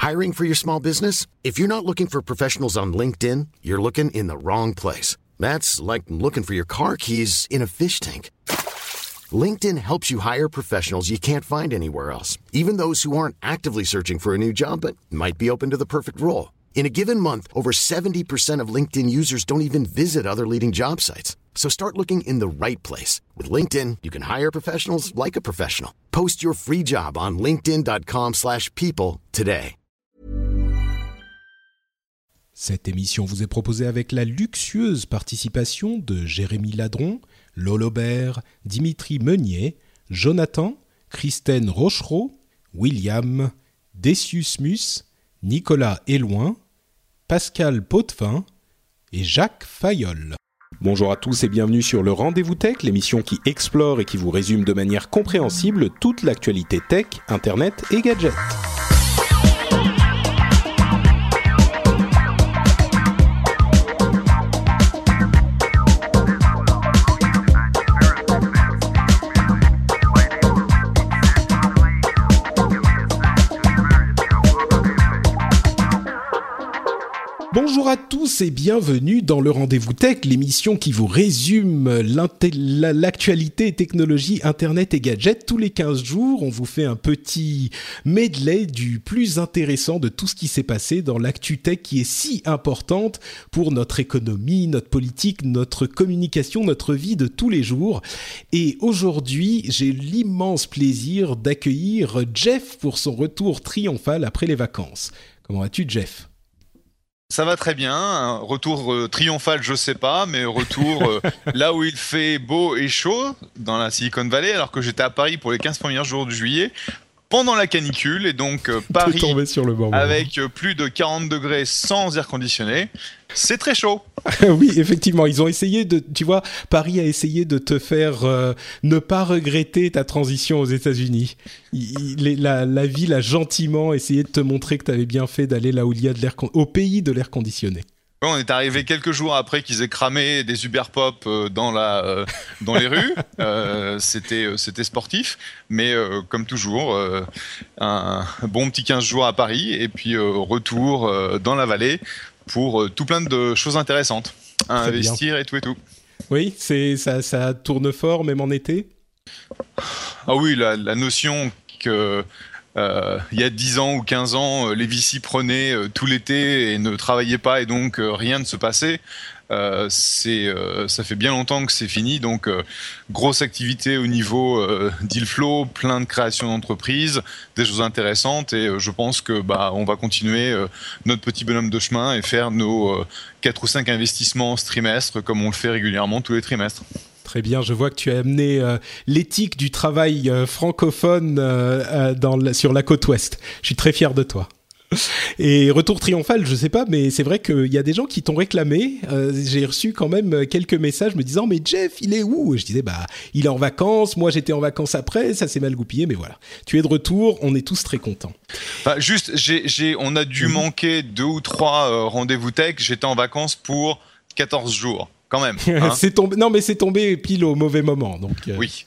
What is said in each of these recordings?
Hiring for your small business? If you're not looking for professionals on LinkedIn, you're looking in the wrong place. That's like looking for your car keys in a fish tank. LinkedIn helps you hire professionals you can't find anywhere else, even those who aren't actively searching for a new job but might be open to the perfect role. In a given month, over 70% of LinkedIn users don't even visit other leading job sites. So start looking in the right place. With LinkedIn, you can hire professionals like a professional. Post your free job on linkedin.com/people today. Cette émission vous est proposée avec la luxueuse participation de Jérémy Ladron, Lolo Bert, Dimitri Meunier, Jonathan, Christine Rochereau, William, Decius Mus, Nicolas Éloin, Pascal Potvin et Jacques Fayolle. Bonjour à tous et bienvenue sur le Rendez-vous Tech, l'émission qui explore et qui vous résume de manière compréhensible toute l'actualité tech, internet et gadgets. Bonjour à tous et bienvenue dans le Rendez-vous Tech, l'émission qui vous résume l'actualité technologie, internet et gadgets. Tous les 15 jours, on vous fait un petit medley du plus intéressant de tout ce qui s'est passé dans l'actu tech qui est si importante pour notre économie, notre politique, notre communication, notre vie de tous les jours. Et aujourd'hui, j'ai l'immense plaisir d'accueillir Jeff pour son retour triomphal après les vacances. Comment vas-tu, Jeff ? Ça va très bien, un retour triomphal je sais pas, mais retour là où il fait beau et chaud, dans la Silicon Valley, alors que j'étais à Paris pour les 15 premiers jours de juillet, pendant la canicule, et donc Paris sur le bord avec plus de 40 degrés sans air conditionné, c'est très chaud. Oui, effectivement, ils ont essayé de, tu vois, Paris a essayé de te faire ne pas regretter ta transition aux États-Unis. La ville a gentiment essayé de te montrer que tu avais bien fait d'aller là où il y a de l'air au pays de l'air conditionné. On est arrivé quelques jours après qu'ils aient cramé des Uber Pop dans les rues. C'était sportif, mais comme toujours, un bon petit 15 jours à Paris et puis retour dans la vallée pour tout plein de choses intéressantes à Très investir bien. et tout. Oui, ça tourne fort même en été. Ah oui, la notion que il y a 10 ans ou 15 ans, les VC prenaient tout l'été et ne travaillaient pas et donc rien ne se passait. Ça fait bien longtemps que c'est fini, donc grosse activité au niveau deal flow, plein de création d'entreprises, des choses intéressantes et je pense que on va continuer notre petit bonhomme de chemin et faire nos 4 ou 5 investissements ce trimestre comme on le fait régulièrement tous les trimestres. Très bien, je vois que tu as amené l'éthique du travail francophone sur la côte ouest. Je suis très fier de toi. Et retour triomphal, je sais pas, mais c'est vrai qu'il y a des gens qui t'ont réclamé. J'ai reçu quand même quelques messages me disant « Mais Jeff, il est où ?» Et je disais « Il est en vacances, moi j'étais en vacances après, ça s'est mal goupillé, mais voilà. Tu es de retour, on est tous très contents. » On a dû manquer 2 ou 3 rendez-vous tech, j'étais en vacances pour 14 jours. Quand même. Hein. C'est tombé pile au mauvais moment. Donc, oui.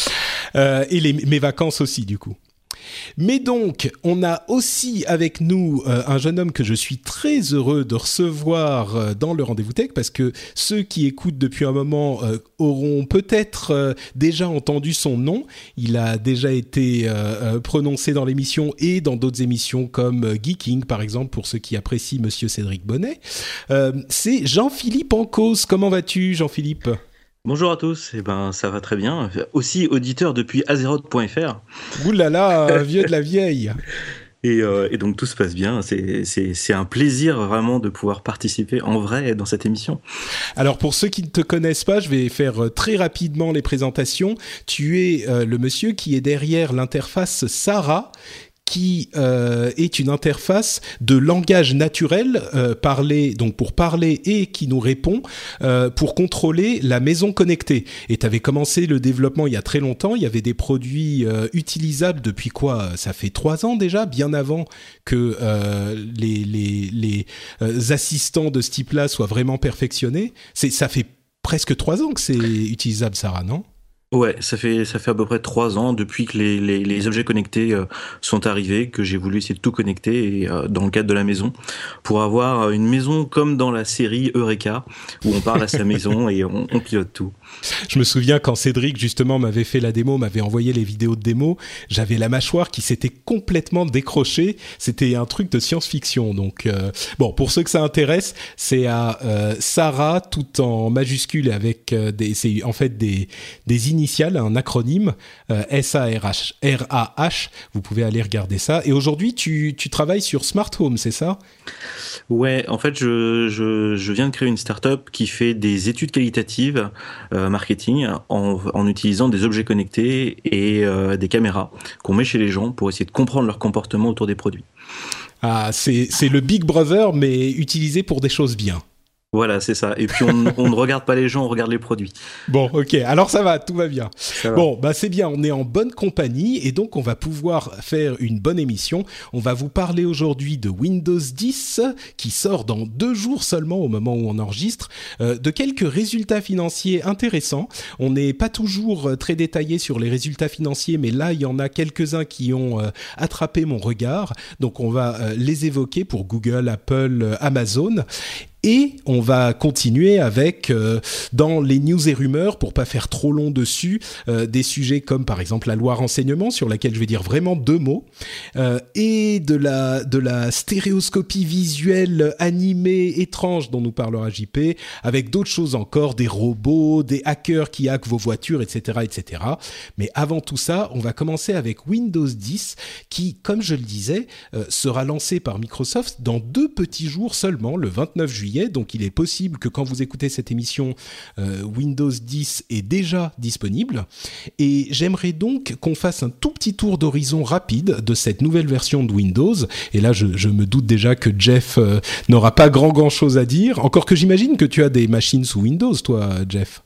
Et mes vacances aussi, du coup. Mais donc, on a aussi avec nous un jeune homme que je suis très heureux de recevoir dans le Rendez-vous Tech parce que ceux qui écoutent depuis un moment auront peut-être déjà entendu son nom. Il a déjà été prononcé dans l'émission et dans d'autres émissions comme Geeking, par exemple, pour ceux qui apprécient Monsieur Cédric Bonnet. C'est Jean-Philippe Encausse. Comment vas-tu, Jean-Philippe ? Bonjour à tous, ça va très bien. Aussi auditeur depuis azeroth.fr. Ouh là là, vieux de la vieille. Et donc tout se passe bien. C'est un plaisir vraiment de pouvoir participer en vrai dans cette émission. Alors pour ceux qui ne te connaissent pas, je vais faire très rapidement les présentations. Tu es le monsieur qui est derrière l'interface Sarah, qui est une interface de langage naturel donc pour parler et qui nous répond pour contrôler la maison connectée. Et tu avais commencé le développement il y a très longtemps. Il y avait des produits utilisables depuis quoi ? Ça fait 3 ans déjà, bien avant que les assistants de ce type-là soient vraiment perfectionnés. Ça fait presque 3 ans que c'est utilisable, Sarah, non ? Ouais, ça fait à peu près 3 ans depuis que les objets connectés sont arrivés, que j'ai voulu essayer de tout connecter et, dans le cadre de la maison, pour avoir une maison comme dans la série Eureka, où on parle à sa maison et on pilote tout. Je me souviens quand Cédric justement m'avait fait la démo, m'avait envoyé les vidéos de démo, j'avais la mâchoire qui s'était complètement décrochée. C'était un truc de science-fiction. Donc bon, pour ceux que ça intéresse, c'est à Sarah tout en majuscule et avec c'est en fait des initiales, un acronyme SARH. Vous pouvez aller regarder ça. Et aujourd'hui, tu travailles sur Smart Home, c'est ça ? Ouais, en fait, je viens de créer une start-up qui fait des études qualitatives marketing en utilisant des objets connectés et des caméras qu'on met chez les gens pour essayer de comprendre leur comportement autour des produits. Ah, c'est le Big Brother, mais utilisé pour des choses bien. Voilà, c'est ça. Et puis on ne regarde pas les gens, on regarde les produits. Bon, ok. Alors ça va, tout va bien. Ça va. Bon, bah c'est bien. On est en bonne compagnie et donc on va pouvoir faire une bonne émission. On va vous parler aujourd'hui de Windows 10 qui sort dans 2 jours seulement au moment où on enregistre, de quelques résultats financiers intéressants. On n'est pas toujours très détaillé sur les résultats financiers, mais là il y en a quelques-uns qui ont attrapé mon regard. Donc on va les évoquer pour Google, Apple, Amazon. Et on va continuer avec, dans les news et rumeurs, pour pas faire trop long dessus, des sujets comme par exemple la loi renseignement, sur laquelle je vais dire vraiment 2 mots, et de la stéréoscopie visuelle animée étrange dont nous parlera JP, avec d'autres choses encore, des robots, des hackers qui hackent vos voitures, etc., etc. Mais avant tout ça, on va commencer avec Windows 10, qui, comme je le disais, sera lancé par Microsoft dans 2 petits jours seulement, le 29 juillet. Donc il est possible que quand vous écoutez cette émission, Windows 10 est déjà disponible. Et j'aimerais donc qu'on fasse un tout petit tour d'horizon rapide de cette nouvelle version de Windows. Et là, je me doute déjà que Jeff n'aura pas grand chose à dire. Encore que j'imagine que tu as des machines sous Windows, toi, Jeff.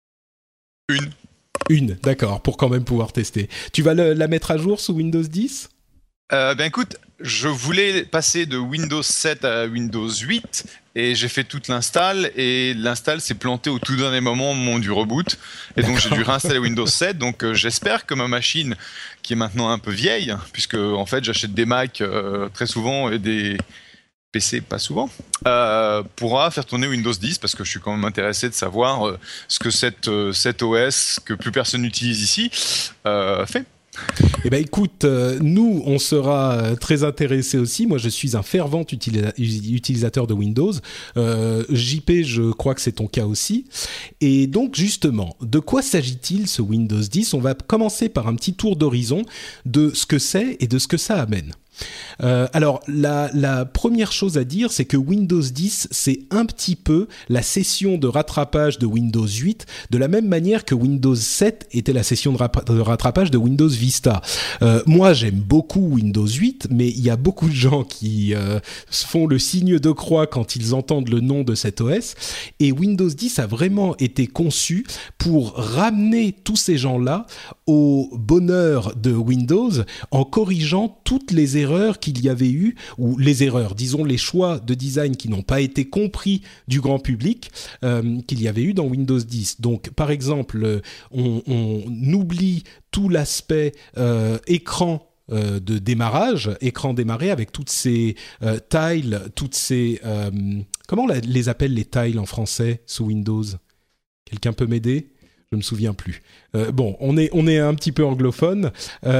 Une, d'accord, pour quand même pouvoir tester. Tu vas la mettre à jour sous Windows 10 ? Ben écoute, je voulais passer de Windows 7 à Windows 8 et j'ai fait toute l'install et l'install s'est planté au tout dernier moment au moment du reboot et donc j'ai dû réinstaller Windows 7. Donc j'espère que ma machine, qui est maintenant un peu vieille, puisque en fait j'achète des Mac très souvent et des PC pas souvent, pourra faire tourner Windows 10 parce que je suis quand même intéressé de savoir ce que cet OS que plus personne n'utilise ici fait. Eh ben écoute, nous on sera très intéressés aussi. Moi je suis un fervent utilisateur de Windows. JP, je crois que c'est ton cas aussi. Et donc justement, de quoi s'agit-il ce Windows 10 ? On va commencer par un petit tour d'horizon de ce que c'est et de ce que ça amène. Alors la première chose à dire, c'est que Windows 10 c'est un petit peu la session de rattrapage de Windows 8, de la même manière que Windows 7 était la session de rattrapage de Windows Vista. Moi j'aime beaucoup Windows 8, mais il y a beaucoup de gens qui font le signe de croix quand ils entendent le nom de cet OS, et Windows 10 a vraiment été conçu pour ramener tous ces gens-là au bonheur de Windows en corrigeant toutes les erreurs qu'il y avait eu, ou les erreurs, disons les choix de design qui n'ont pas été compris du grand public, qu'il y avait eu dans Windows 10. Donc par exemple, on oublie tout l'aspect écran de démarrage, écran démarré avec toutes ces tiles, toutes ces... comment on les appelle les tiles en français sous Windows ? Quelqu'un peut m'aider ? Je me souviens plus. Bon, on est un petit peu anglophone.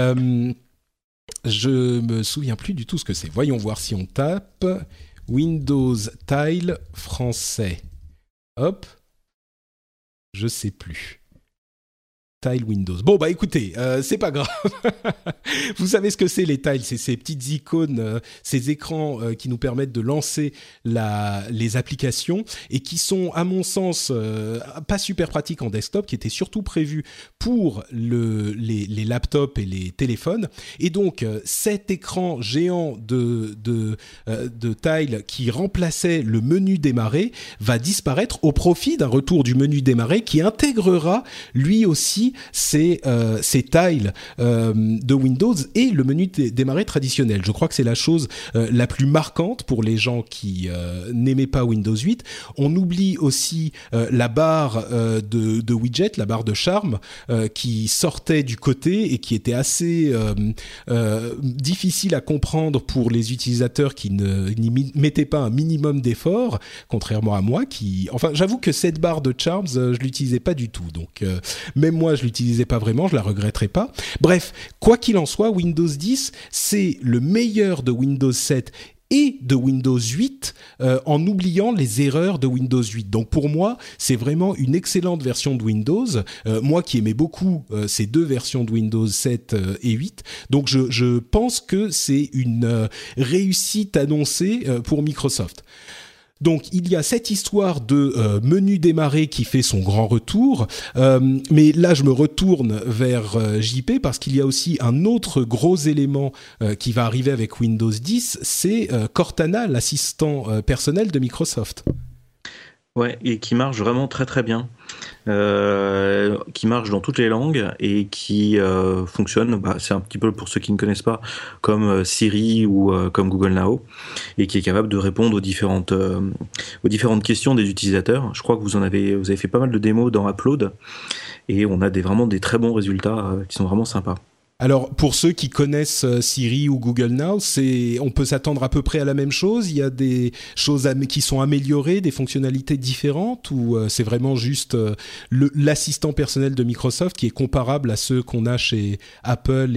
Je me souviens plus du tout ce que c'est. Voyons voir si on tape Windows Tile français. Hop. Je sais plus. Tile Windows. Bon bah écoutez, c'est pas grave. Vous savez ce que c'est les tiles, c'est ces petites icônes, ces écrans qui nous permettent de lancer les applications et qui sont à mon sens pas super pratiques en desktop, qui étaient surtout prévus pour les laptops et les téléphones. Et donc cet écran géant de tile qui remplaçait le menu démarrer va disparaître au profit d'un retour du menu démarrer qui intégrera lui aussi aussi ces tiles de Windows et le menu démarrer traditionnel. Je crois que c'est la chose la plus marquante pour les gens qui n'aimaient pas Windows 8. On oublie aussi la barre de widget, la barre de charme qui sortait du côté et qui était assez difficile à comprendre pour les utilisateurs qui n'y mettaient pas un minimum d'effort, contrairement à moi enfin j'avoue que cette barre de charms je l'utilisais pas du tout, donc même moi je l'utilisais pas vraiment, je la regretterai pas. Bref, quoi qu'il en soit, Windows 10 c'est le meilleur de Windows 7 et de Windows 8 en oubliant les erreurs de Windows 8. Donc pour moi, c'est vraiment une excellente version de Windows. Moi qui aimais beaucoup ces deux versions de Windows 7 et 8. Donc je pense que c'est une réussite annoncée pour Microsoft. Donc il y a cette histoire de menu démarrer qui fait son grand retour, mais là je me retourne vers JP parce qu'il y a aussi un autre gros élément qui va arriver avec Windows 10, c'est Cortana, l'assistant personnel de Microsoft. Ouais, et qui marche vraiment très très bien, qui marche dans toutes les langues et qui fonctionne, c'est un petit peu pour ceux qui ne connaissent pas, comme Siri ou comme Google Now, et qui est capable de répondre aux différentes questions des utilisateurs. Je crois que vous avez fait pas mal de démos dans Upload, et on a vraiment des très bons résultats qui sont vraiment sympas. Alors, pour ceux qui connaissent Siri ou Google Now, on peut s'attendre à peu près à la même chose. Il y a des choses qui sont améliorées, des fonctionnalités différentes, ou c'est vraiment juste l'assistant personnel de Microsoft qui est comparable à ceux qu'on a chez Apple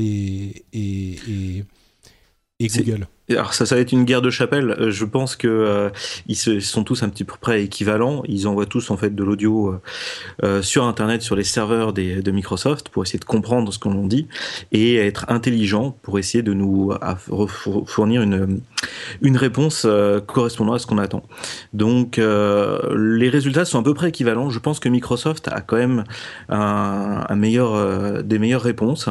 et Google. Alors ça va être une guerre de chapelle. Je pense que ils sont tous un petit peu près équivalents. Ils envoient tous en fait de l'audio sur Internet, sur les serveurs de Microsoft, pour essayer de comprendre ce qu'on dit et être intelligent pour essayer de nous fournir une réponse correspondant à ce qu'on attend. Donc les résultats sont à peu près équivalents. Je pense que Microsoft a quand même des meilleures réponses.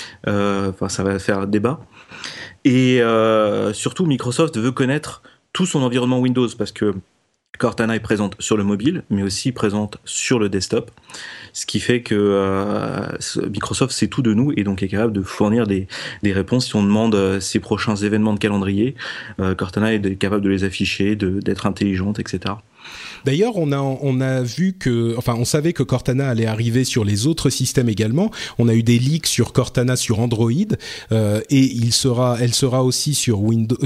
Ça va faire débat. Et surtout, Microsoft veut connaître tout son environnement Windows parce que Cortana est présente sur le mobile, mais aussi présente sur le desktop, ce qui fait que Microsoft sait tout de nous et donc est capable de fournir des réponses. Si on demande ses prochains événements de calendrier, Cortana est capable de les afficher, d'être intelligente, etc. D'ailleurs, on a vu on savait que Cortana allait arriver sur les autres systèmes également. On a eu des leaks sur Cortana sur Android et elle sera aussi sur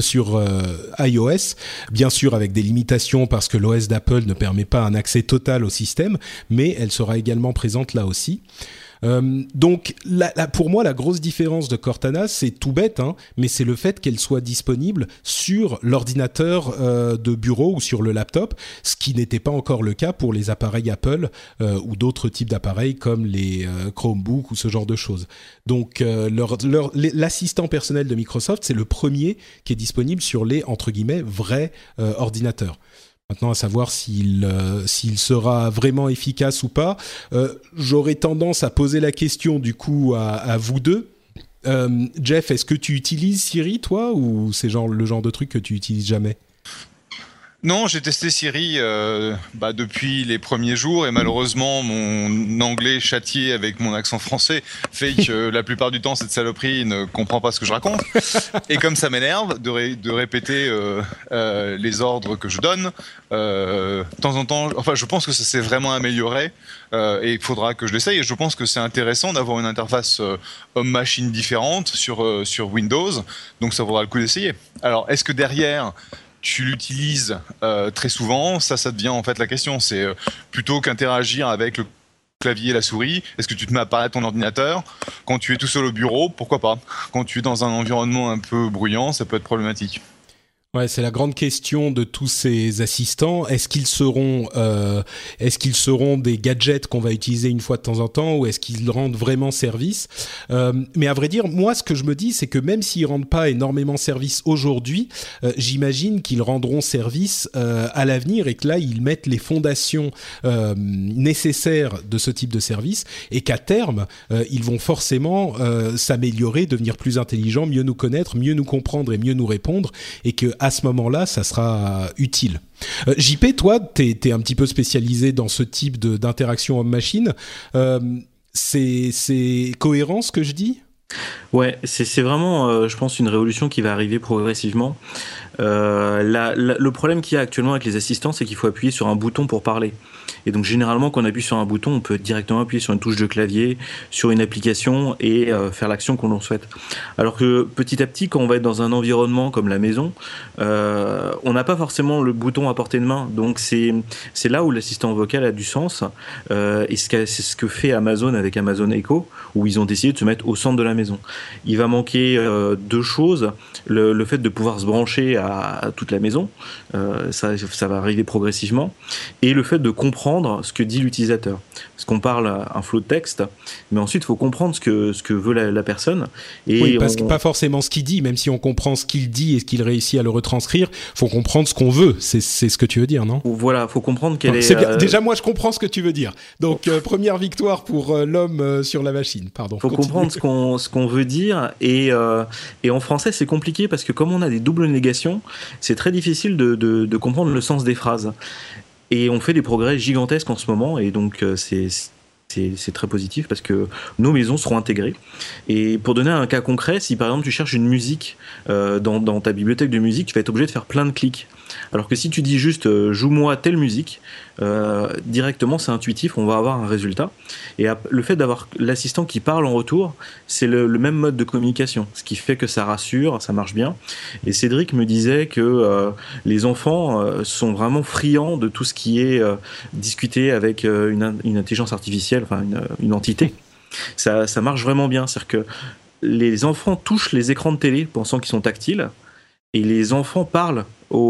iOS, bien sûr avec des limitations parce que l'OS d'Apple ne permet pas un accès total au système, mais elle sera également présente là aussi. Donc pour moi la grosse différence de Cortana c'est tout bête mais c'est le fait qu'elle soit disponible sur l'ordinateur de bureau ou sur le laptop, ce qui n'était pas encore le cas pour les appareils Apple ou d'autres types d'appareils comme les Chromebooks ou ce genre de choses. Donc l'assistant personnel de Microsoft c'est le premier qui est disponible sur les entre guillemets vrais ordinateurs. Maintenant, à savoir s'il sera vraiment efficace ou pas, j'aurais tendance à poser la question du coup à vous deux. Jeff, est-ce que tu utilises Siri, toi, ou c'est le genre de truc que tu utilises jamais ? Non, j'ai testé Siri depuis les premiers jours et malheureusement mon anglais châtié avec mon accent français fait que la plupart du temps cette saloperie ne comprend pas ce que je raconte et comme ça m'énerve de répéter les ordres que je donne de temps en temps, enfin je pense que ça s'est vraiment amélioré et il faudra que je l'essaye et je pense que c'est intéressant d'avoir une interface homme-machine différente sur Windows, donc ça vaudra le coup d'essayer. Alors est-ce que derrière tu l'utilises très souvent, ça devient en fait la question. C'est plutôt qu'interagir avec le clavier et la souris, est-ce que tu te mets à parler à ton ordinateur ? Quand tu es tout seul au bureau, pourquoi pas ? Quand tu es dans un environnement un peu bruyant, ça peut être problématique. Ouais, c'est la grande question de tous ces assistants. Est-ce qu'ils seront des gadgets qu'on va utiliser une fois de temps en temps ou est-ce qu'ils rendent vraiment service ? Mais à vrai dire, moi, ce que je me dis, c'est que même s'ils rendent pas énormément service aujourd'hui, j'imagine qu'ils rendront service à l'avenir et que là, ils mettent les fondations nécessaires de ce type de service et qu'à terme, ils vont forcément s'améliorer, devenir plus intelligents, mieux nous connaître, mieux nous comprendre et mieux nous répondre et que à ce moment-là, ça sera utile. JP, toi, t'es un petit peu spécialisé dans ce type d'interaction homme-machine. c'est cohérent ce que je dis ? Ouais, c'est vraiment, je pense, une révolution qui va arriver progressivement. Le problème qu'il y a actuellement avec les assistants, c'est qu'il faut appuyer sur un bouton pour parler. Et donc généralement, quand on appuie sur un bouton, on peut directement appuyer sur une touche de clavier, sur une application et faire l'action qu'on l'on souhaite. Alors que petit à petit, quand on va être dans un environnement comme la maison, on n'a pas forcément le bouton à portée de main. Donc c'est là où l'assistant vocal a du sens. Et c'est ce que fait Amazon avec Amazon Echo, où ils ont décidé de se mettre au centre de la maison. Il va manquer deux choses. Le fait de pouvoir se brancher à toute la maison, ça va arriver progressivement. Et le fait de comprendre ce que dit l'utilisateur. Parce qu'on parle un flot de texte, mais ensuite il faut comprendre ce que veut la personne. Et oui, parce que pas forcément ce qu'il dit, même si on comprend ce qu'il dit et ce qu'il réussit à le retranscrire, faut comprendre ce qu'on veut. C'est ce que tu veux dire, non ? Voilà, faut comprendre qu'elle est... Bien. Déjà, moi, je comprends ce que tu veux dire. Donc, première victoire pour l'homme sur la machine. Pardon. Faut comprendre ce qu'on veut dire. Et en français, c'est compliqué parce que comme on a des doubles négations, c'est très difficile de comprendre le sens des phrases. Et on fait des progrès gigantesques en ce moment, et donc c'est très positif parce que nos maisons seront intégrées. Et pour donner un cas concret, si par exemple tu cherches une musique dans ta bibliothèque de musique, tu vas être obligé de faire plein de clics. Alors que si tu dis juste joue-moi telle musique, directement c'est intuitif, on va avoir un résultat. Et le fait d'avoir l'assistant qui parle en retour, c'est le même mode de communication, ce qui fait que ça rassure, ça marche bien. Et Cédric me disait que les enfants sont vraiment friands de tout ce qui est discuté avec une intelligence artificielle, enfin une entité. Ça marche vraiment bien, c'est-à-dire que les enfants touchent les écrans de télé pensant qu'ils sont tactiles, et les enfants parlent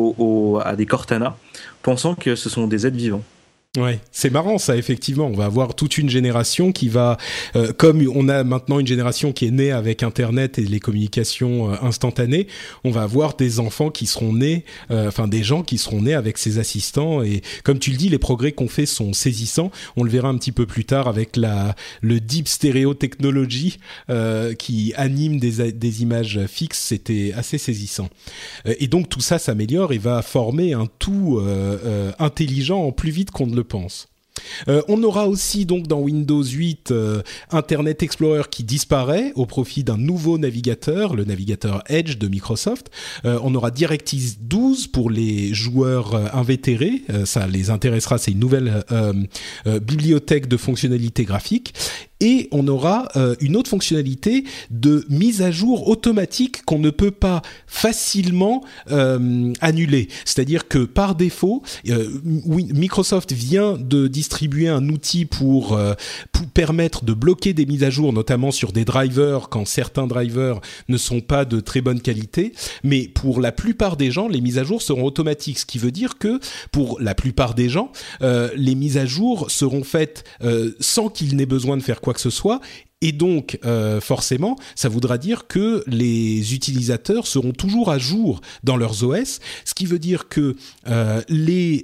à des Cortana pensant que ce sont des êtres vivants. Ouais, c'est marrant ça, effectivement. On va avoir toute une génération qui va, comme on a maintenant une génération qui est née avec Internet et les communications instantanées, on va avoir des enfants qui seront nés, des gens qui seront nés avec ces assistants. Et comme tu le dis, les progrès qu'on fait sont saisissants. On le verra un petit peu plus tard avec le Deep Stereo Technology qui anime des images fixes. C'était assez saisissant. Et donc tout ça s'améliore et va former un tout intelligent plus vite qu'on ne le pense. On aura aussi donc dans Windows 8 Internet Explorer qui disparaît au profit d'un nouveau navigateur, le navigateur Edge de Microsoft. On aura DirectX 12 pour les joueurs invétérés, ça les intéressera, c'est une nouvelle bibliothèque de fonctionnalités graphiques. Et on aura une autre fonctionnalité de mise à jour automatique qu'on ne peut pas facilement annuler. C'est-à-dire que par défaut, Microsoft vient de distribuer un outil pour permettre de bloquer des mises à jour, notamment sur des drivers, quand certains drivers ne sont pas de très bonne qualité. Mais pour la plupart des gens, les mises à jour seront automatiques. Ce qui veut dire que pour la plupart des gens, les mises à jour seront faites sans qu'il n'ait besoin de faire quoi que ce soit. Et donc, forcément, ça voudra dire que les utilisateurs seront toujours à jour dans leurs OS, ce qui veut dire que les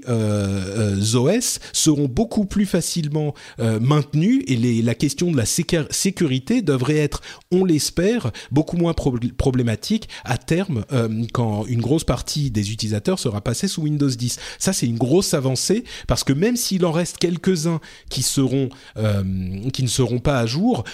OS seront beaucoup plus facilement maintenus et la question de la sécurité devrait être, on l'espère, beaucoup moins problématique à terme quand une grosse partie des utilisateurs sera passée sous Windows 10. Ça, c'est une grosse avancée parce que même s'il en reste quelques-uns qui ne seront pas à jour,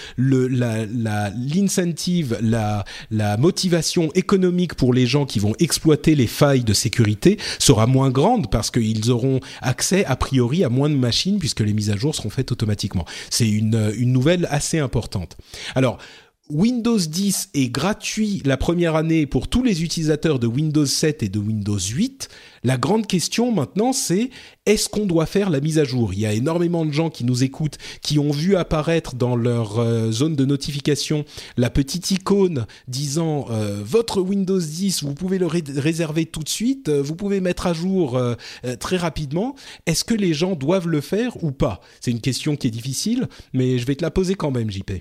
l'incentive, la motivation économique pour les gens qui vont exploiter les failles de sécurité sera moins grande parce qu'ils auront accès a priori à moins de machines puisque les mises à jour seront faites automatiquement. C'est une nouvelle assez importante. Alors, Windows 10 est gratuit la première année pour tous les utilisateurs de Windows 7 et de Windows 8. La grande question maintenant, c'est est-ce qu'on doit faire la mise à jour ? Il y a énormément de gens qui nous écoutent, qui ont vu apparaître dans leur zone de notification la petite icône disant votre Windows 10, vous pouvez le réserver tout de suite, vous pouvez mettre à jour très rapidement. Est-ce que les gens doivent le faire ou pas ? C'est une question qui est difficile, mais je vais te la poser quand même, JP.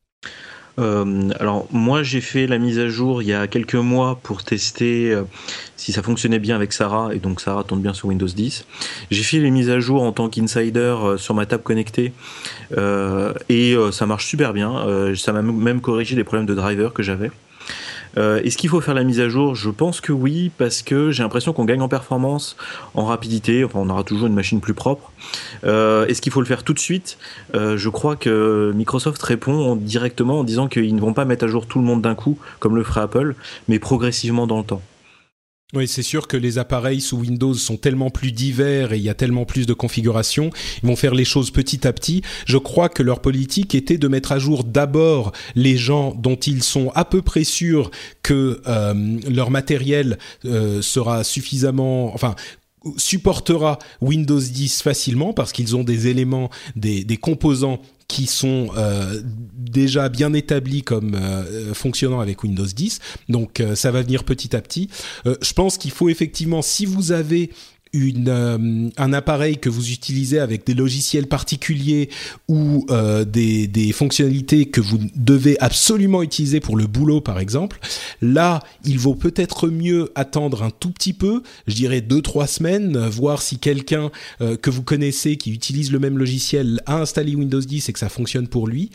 Alors moi j'ai fait la mise à jour il y a quelques mois pour tester si ça fonctionnait bien avec Sarah, et donc Sarah tourne bien sur Windows 10. J'ai fait les mises à jour en tant qu'insider sur ma table connectée et ça marche super bien. Ça m'a même corrigé des problèmes de driver que j'avais. Est-ce qu'il faut faire la mise à jour ? Je pense que oui, parce que j'ai l'impression qu'on gagne en performance, en rapidité. Enfin, on aura toujours une machine plus propre. Est-ce qu'il faut le faire tout de suite ? Je crois que Microsoft répond directement en disant qu'ils ne vont pas mettre à jour tout le monde d'un coup, comme le ferait Apple, mais progressivement dans le temps. Oui, c'est sûr que les appareils sous Windows sont tellement plus divers et il y a tellement plus de configurations, ils vont faire les choses petit à petit. Je crois que leur politique était de mettre à jour d'abord les gens dont ils sont à peu près sûrs que leur matériel sera suffisamment... supportera Windows 10 facilement parce qu'ils ont des éléments, des composants qui sont déjà bien établis comme fonctionnant avec Windows 10. Donc ça va venir petit à petit. Je pense qu'il faut effectivement, si vous avez un appareil que vous utilisez avec des logiciels particuliers ou des fonctionnalités que vous devez absolument utiliser pour le boulot par exemple, là il vaut peut-être mieux attendre un tout petit peu, je dirais 2-3 semaines, voir si quelqu'un que vous connaissez qui utilise le même logiciel a installé Windows 10 et que ça fonctionne pour lui,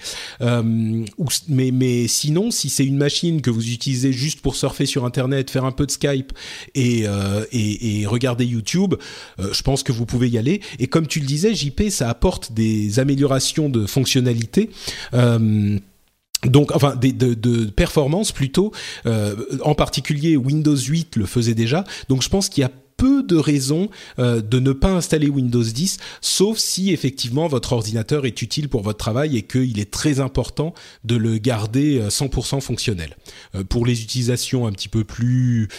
mais sinon si c'est une machine que vous utilisez juste pour surfer sur internet, faire un peu de Skype et regarder YouTube, je pense que vous pouvez y aller. Et comme tu le disais, JP, ça apporte des améliorations de fonctionnalité. Donc, enfin, de performance plutôt. En particulier, Windows 8 le faisait déjà. Donc, je pense qu'il y a peu de raisons de ne pas installer Windows 10, sauf si effectivement votre ordinateur est utile pour votre travail et qu'il est très important de le garder 100% fonctionnel. Pour les utilisations un petit peu plus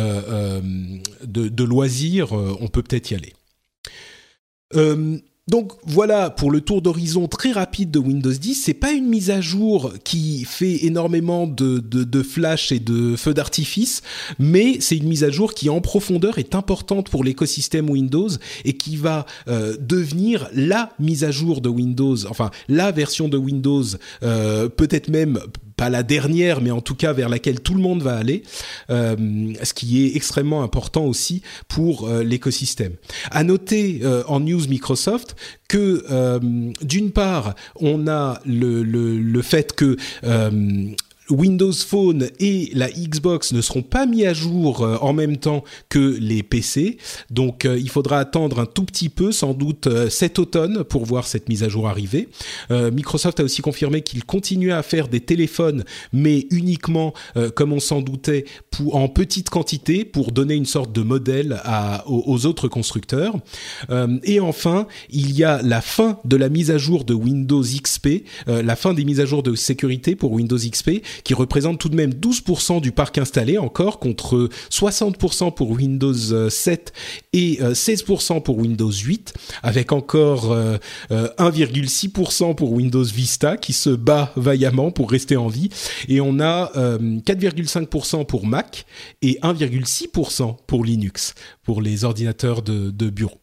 de loisirs, on peut peut-être y aller. Donc voilà pour le tour d'horizon très rapide de Windows 10. C'est pas une mise à jour qui fait énormément de flash et de feux d'artifice, mais c'est une mise à jour qui en profondeur est importante pour l'écosystème Windows et qui va devenir la mise à jour de Windows, enfin la version de Windows, peut-être même pas la dernière, mais en tout cas vers laquelle tout le monde va aller, ce qui est extrêmement important aussi pour l'écosystème. À noter en news Microsoft que d'une part, on a le fait que Windows Phone et la Xbox ne seront pas mis à jour en même temps que les PC, donc il faudra attendre un tout petit peu, sans doute cet automne, pour voir cette mise à jour arriver. Microsoft a aussi confirmé qu'il continuait à faire des téléphones, mais uniquement, comme on s'en doutait, en petite quantité, pour donner une sorte de modèle aux autres constructeurs. Et enfin, il y a la fin de la mise à jour de Windows XP, la fin des mises à jour de sécurité pour Windows XP, qui représente tout de même 12% du parc installé encore, contre 60% pour Windows 7 et 16% pour Windows 8, avec encore 1,6% pour Windows Vista qui se bat vaillamment pour rester en vie, et on a 4,5% pour Mac et 1,6% pour Linux, pour les ordinateurs de bureau.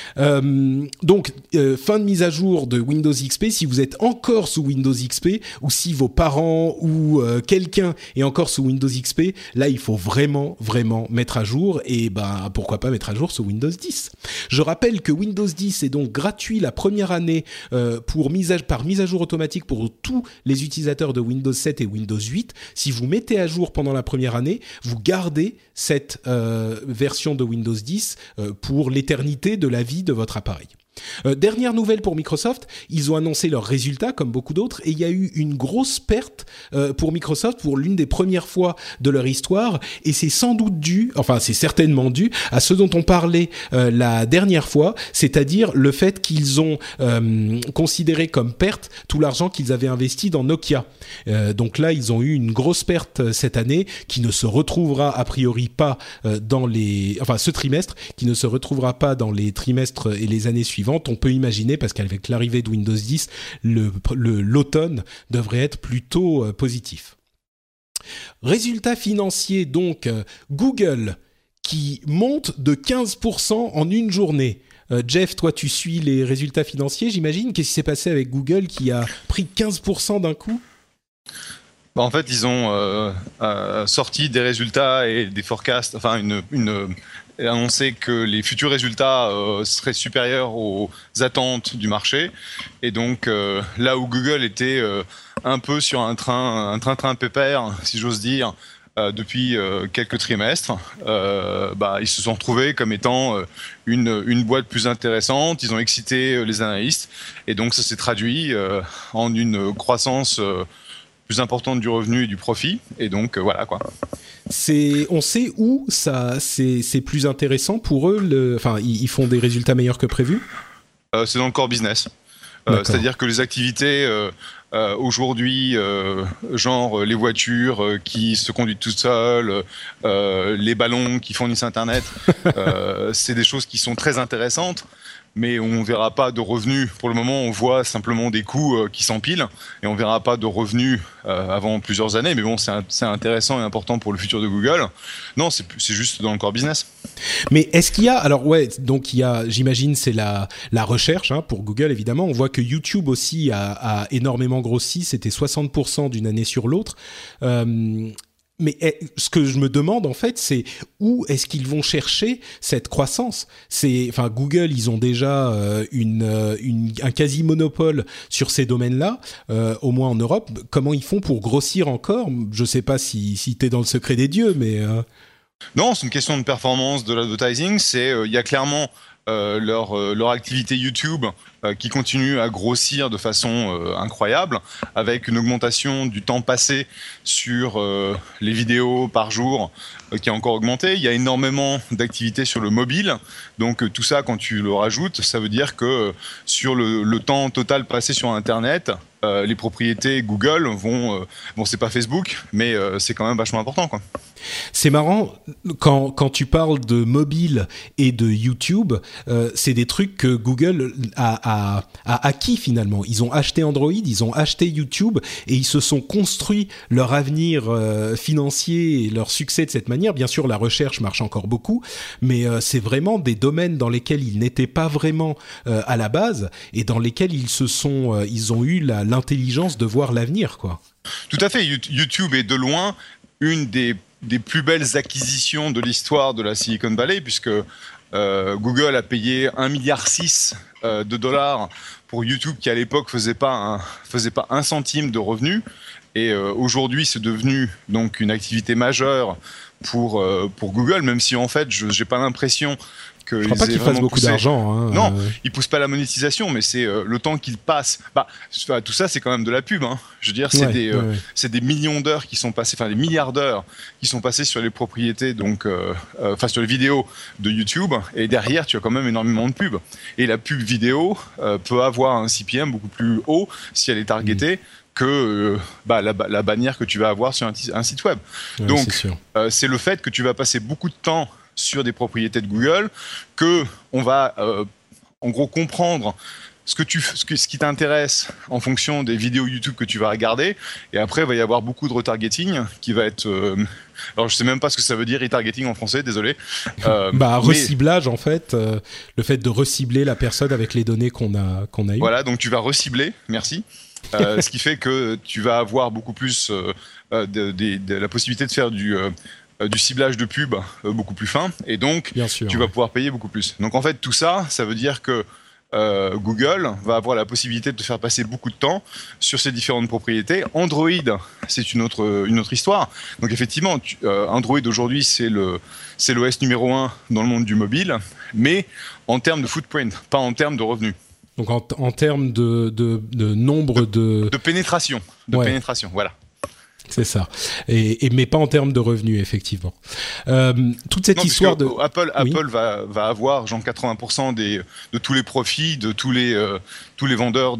Donc fin de mise à jour de Windows XP. Si vous êtes encore sous Windows XP, ou si vos parents ou quelqu'un est encore sous Windows XP, là il faut vraiment mettre à jour, et pourquoi pas mettre à jour sous Windows 10. Je rappelle que Windows 10 est donc gratuit la première année par mise à jour automatique pour tous les utilisateurs de Windows 7 et Windows 8. Si vous mettez à jour pendant la première année, vous gardez cette version de Windows 10 pour l'éternité de la vie de votre appareil. Dernière nouvelle pour Microsoft, ils ont annoncé leurs résultats comme beaucoup d'autres, et il y a eu une grosse perte pour Microsoft pour l'une des premières fois de leur histoire, et c'est c'est certainement dû à ce dont on parlait la dernière fois, c'est-à-dire le fait qu'ils ont considéré comme perte tout l'argent qu'ils avaient investi dans Nokia. Donc là, ils ont eu une grosse perte cette année qui ne se retrouvera a priori pas ce trimestre, qui ne se retrouvera pas dans les trimestres et les années suivantes. On peut imaginer, parce qu'avec l'arrivée de Windows 10, l'automne devrait être plutôt positif. Résultats financiers, donc, Google qui monte de 15% en une journée. Jeff, toi tu suis les résultats financiers, j'imagine. Qu'est-ce qui s'est passé avec Google qui a pris 15% d'un coup ? En fait, ils ont sorti des résultats et des forecasts, enfin annoncé que les futurs résultats seraient supérieurs aux attentes du marché. Et donc, là où Google était un peu sur un train pépère, si j'ose dire, depuis quelques trimestres, ils se sont retrouvés comme étant une boîte plus intéressante. Ils ont excité les analystes et donc ça s'est traduit en une croissance plus importante du revenu et du profit. Et donc voilà quoi. On sait où ça c'est plus intéressant pour eux. Enfin, ils font des résultats meilleurs que prévu. C'est dans le core business. C'est-à-dire que les activités aujourd'hui, genre les voitures qui se conduisent toutes seules, les ballons qui fournissent Internet, c'est des choses qui sont très intéressantes, mais on ne verra pas de revenus. Pour le moment, on voit simplement des coûts qui s'empilent et on ne verra pas de revenus avant plusieurs années. Mais bon, c'est intéressant et important pour le futur de Google. Non, c'est juste dans le core business. Mais est-ce qu'il y a... Alors ouais, donc il y a, j'imagine, c'est la recherche pour Google, évidemment. On voit que YouTube aussi a énormément grossi. C'était 60% d'une année sur l'autre. Mais ce que je me demande en fait, c'est où est-ce qu'ils vont chercher cette croissance ? Google, ils ont déjà un quasi monopole sur ces domaines-là, au moins en Europe. Comment ils font pour grossir encore ? Je sais pas si t'es dans le secret des dieux, mais non, c'est une question de performance de l'advertising. Il y a clairement leur activité YouTube qui continue à grossir de façon incroyable, avec une augmentation du temps passé sur les vidéos par jour qui a encore augmenté. Il y a énormément d'activités sur le mobile, donc tout ça, quand tu le rajoutes, ça veut dire que sur le temps total passé sur Internet, les propriétés Google vont c'est pas Facebook, mais c'est quand même vachement important, quoi. C'est marrant, quand tu parles de mobile et de YouTube, c'est des trucs que Google a acquis finalement. Ils ont acheté Android, ils ont acheté YouTube et ils se sont construits leur avenir financier et leur succès de cette manière. Bien sûr, la recherche marche encore beaucoup, mais c'est vraiment des domaines dans lesquels ils n'étaient pas vraiment à la base et dans lesquels ils ont eu l'intelligence de voir l'avenir, quoi. Tout à fait. YouTube est de loin une des plus belles acquisitions de l'histoire de la Silicon Valley, puisque Google a payé 1,6 milliard de dollars pour YouTube, qui à l'époque faisait pas un centime de revenus, et aujourd'hui c'est devenu donc une activité majeure pour Google, même si en fait j'ai pas l'impression que je crois pas qu'ils fassent beaucoup d'argent. Non, ils poussent pas la monétisation, mais c'est le temps qu'ils passent. Tout ça, c'est quand même de la pub. Je veux dire, c'est des millions d'heures qui sont passées, des milliards d'heures qui sont passées sur les propriétés, donc, sur les vidéos de YouTube. Et derrière, tu as quand même énormément de pubs. Et la pub vidéo peut avoir un CPM beaucoup plus haut si elle est targetée. Que la bannière que tu vas avoir sur un site web. Ouais, donc, c'est le fait que tu vas passer beaucoup de temps sur des propriétés de Google, que on va en gros comprendre ce qui t'intéresse en fonction des vidéos YouTube que tu vas regarder, et après il va y avoir beaucoup de retargeting qui va être alors je sais même pas ce que ça veut dire retargeting en français, désolé. Reciblage en fait, le fait de recibler la personne avec les données qu'on a eues. Voilà, donc tu vas recibler, merci. Ce qui fait que tu vas avoir beaucoup plus de la possibilité de faire du ciblage de pub beaucoup plus fin, et donc tu vas pouvoir payer beaucoup plus. Donc en fait tout ça veut dire que Google va avoir la possibilité de te faire passer beaucoup de temps sur ces différentes propriétés. Android, c'est une autre histoire. Donc effectivement, Android aujourd'hui c'est l'OS numéro 1 dans le monde du mobile, mais en termes de footprint, pas en termes de revenus. Donc en termes de nombre de pénétration, pénétration, voilà. C'est ça. Mais pas en termes de revenus, effectivement. Toute cette histoire de... Apple va avoir genre 80% de tous les profits de tous les vendeurs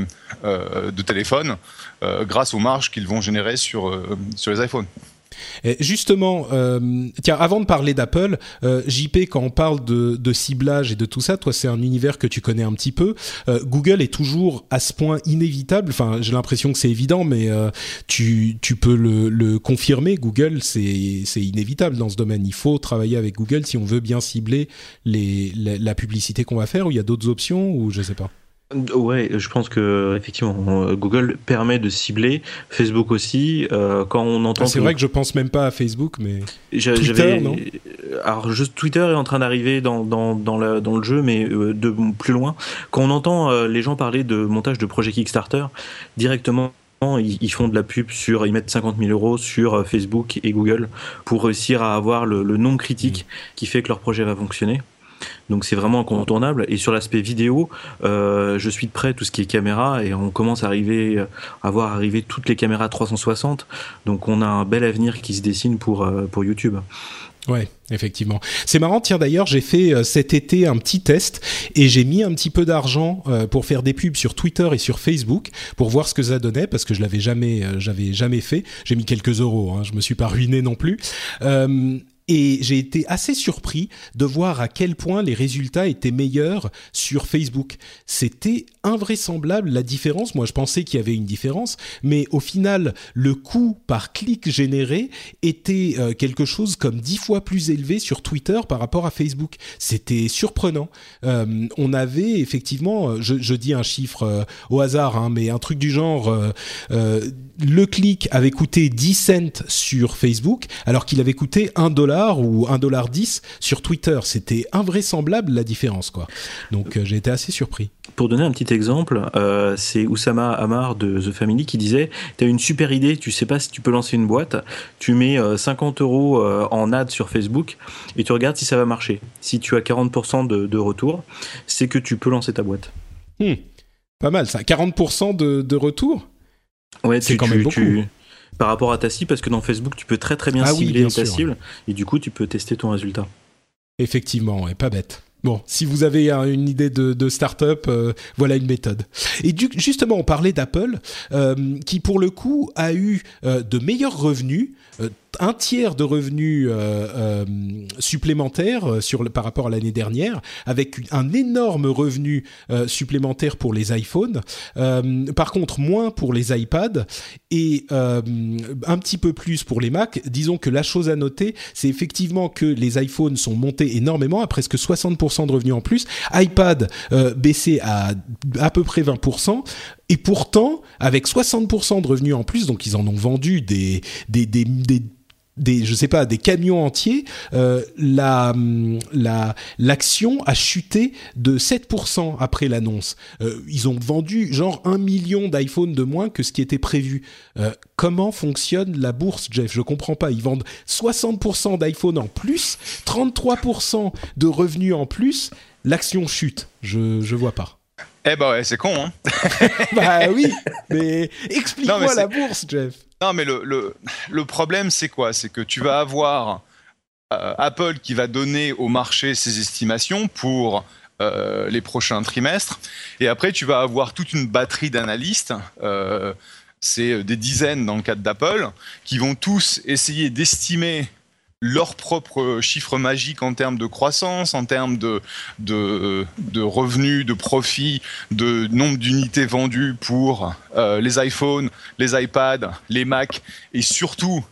de téléphones grâce aux marges qu'ils vont générer sur les iPhones. Et justement, tiens, avant de parler d'Apple, JP, quand on parle de ciblage et de tout ça, toi, c'est un univers que tu connais un petit peu. Google est toujours à ce point inévitable. Enfin, j'ai l'impression que c'est évident, mais tu peux le confirmer. Google, c'est inévitable dans ce domaine. Il faut travailler avec Google si on veut bien cibler la publicité qu'on va faire. Ou il y a d'autres options, ou je sais pas. Ouais, je pense que effectivement, Google permet de cibler, Facebook aussi. Quand on entend, c'est vrai que je pense même pas à Facebook, mais Twitter, non ? Alors, Twitter est en train d'arriver dans le jeu, mais de plus loin. Quand on entend les gens parler de montage de projet Kickstarter, directement ils font de la pub ils mettent 50 000 euros sur Facebook et Google pour réussir à avoir le nombre critique qui fait que leur projet va fonctionner. Donc c'est vraiment incontournable. Et sur l'aspect vidéo, je suis de près tout ce qui est caméra, et on commence à voir arriver toutes les caméras 360. Donc on a un bel avenir qui se dessine pour YouTube. Ouais, effectivement. C'est marrant, tiens, d'ailleurs, j'ai fait cet été un petit test et j'ai mis un petit peu d'argent pour faire des pubs sur Twitter et sur Facebook pour voir ce que ça donnait, parce que j'avais jamais fait. J'ai mis quelques euros, je me suis pas ruiné non plus. Et j'ai été assez surpris de voir à quel point les résultats étaient meilleurs sur Facebook. C'était invraisemblable la différence. Moi, je pensais qu'il y avait une différence, mais au final, le coût par clic généré était quelque chose comme 10 fois plus élevé sur Twitter par rapport à Facebook. C'était surprenant. On avait effectivement, je dis un chiffre au hasard, mais un truc du genre, le clic avait coûté 10 cents sur Facebook, alors qu'il avait coûté $1 ou $1.10 sur Twitter. C'était invraisemblable la différence, quoi. Donc j'ai été assez surpris. Pour donner un petit exemple, c'est Oussama Hamar de The Family qui disait: t'as une super idée, tu sais pas si tu peux lancer une boîte, tu mets 50 euros en ad sur Facebook et tu regardes si ça va marcher. Si tu as 40% de retour, c'est que tu peux lancer ta boîte. Pas mal ça, 40% de retour. Ouais, c'est quand même beaucoup. Par rapport à ta cible, parce que dans Facebook, tu peux très très bien cibler ta cible, et du coup, tu peux tester ton résultat. Effectivement, ouais, pas bête. Bon, si vous avez une idée de start-up, voilà une méthode. Et justement, on parlait d'Apple, qui pour le coup a eu de meilleurs revenus, un tiers de revenus supplémentaires par rapport à l'année dernière, avec un énorme revenu supplémentaire pour les iPhones. Par contre, moins pour les iPads et un petit peu plus pour les Mac. Disons que la chose à noter, c'est effectivement que les iPhones sont montés énormément, à presque 60% de revenus en plus. iPad baissé à peu près 20%. Et pourtant, avec 60% de revenus en plus, donc ils en ont vendu des camions entiers, l'action a chuté de 7% après l'annonce. Ils ont vendu genre 1 million d'iPhone de moins que ce qui était prévu. Comment fonctionne la bourse, Jeff ? Je comprends pas. Ils vendent 60% d'iPhone en plus, 33% de revenus en plus, l'action chute. Je vois pas. Eh ben ouais, c'est con, hein. Bah oui, mais explique-moi la bourse, Jeff. Non, mais le problème, c'est quoi ? C'est que tu vas avoir Apple qui va donner au marché ses estimations pour les prochains trimestres, et après tu vas avoir toute une batterie d'analystes, c'est des dizaines dans le cadre d'Apple, qui vont tous essayer d'estimer leur propre chiffre magique en termes de croissance, en termes de revenus, de profits, de nombre d'unités vendues pour les iPhones, les iPads, les Mac, et surtout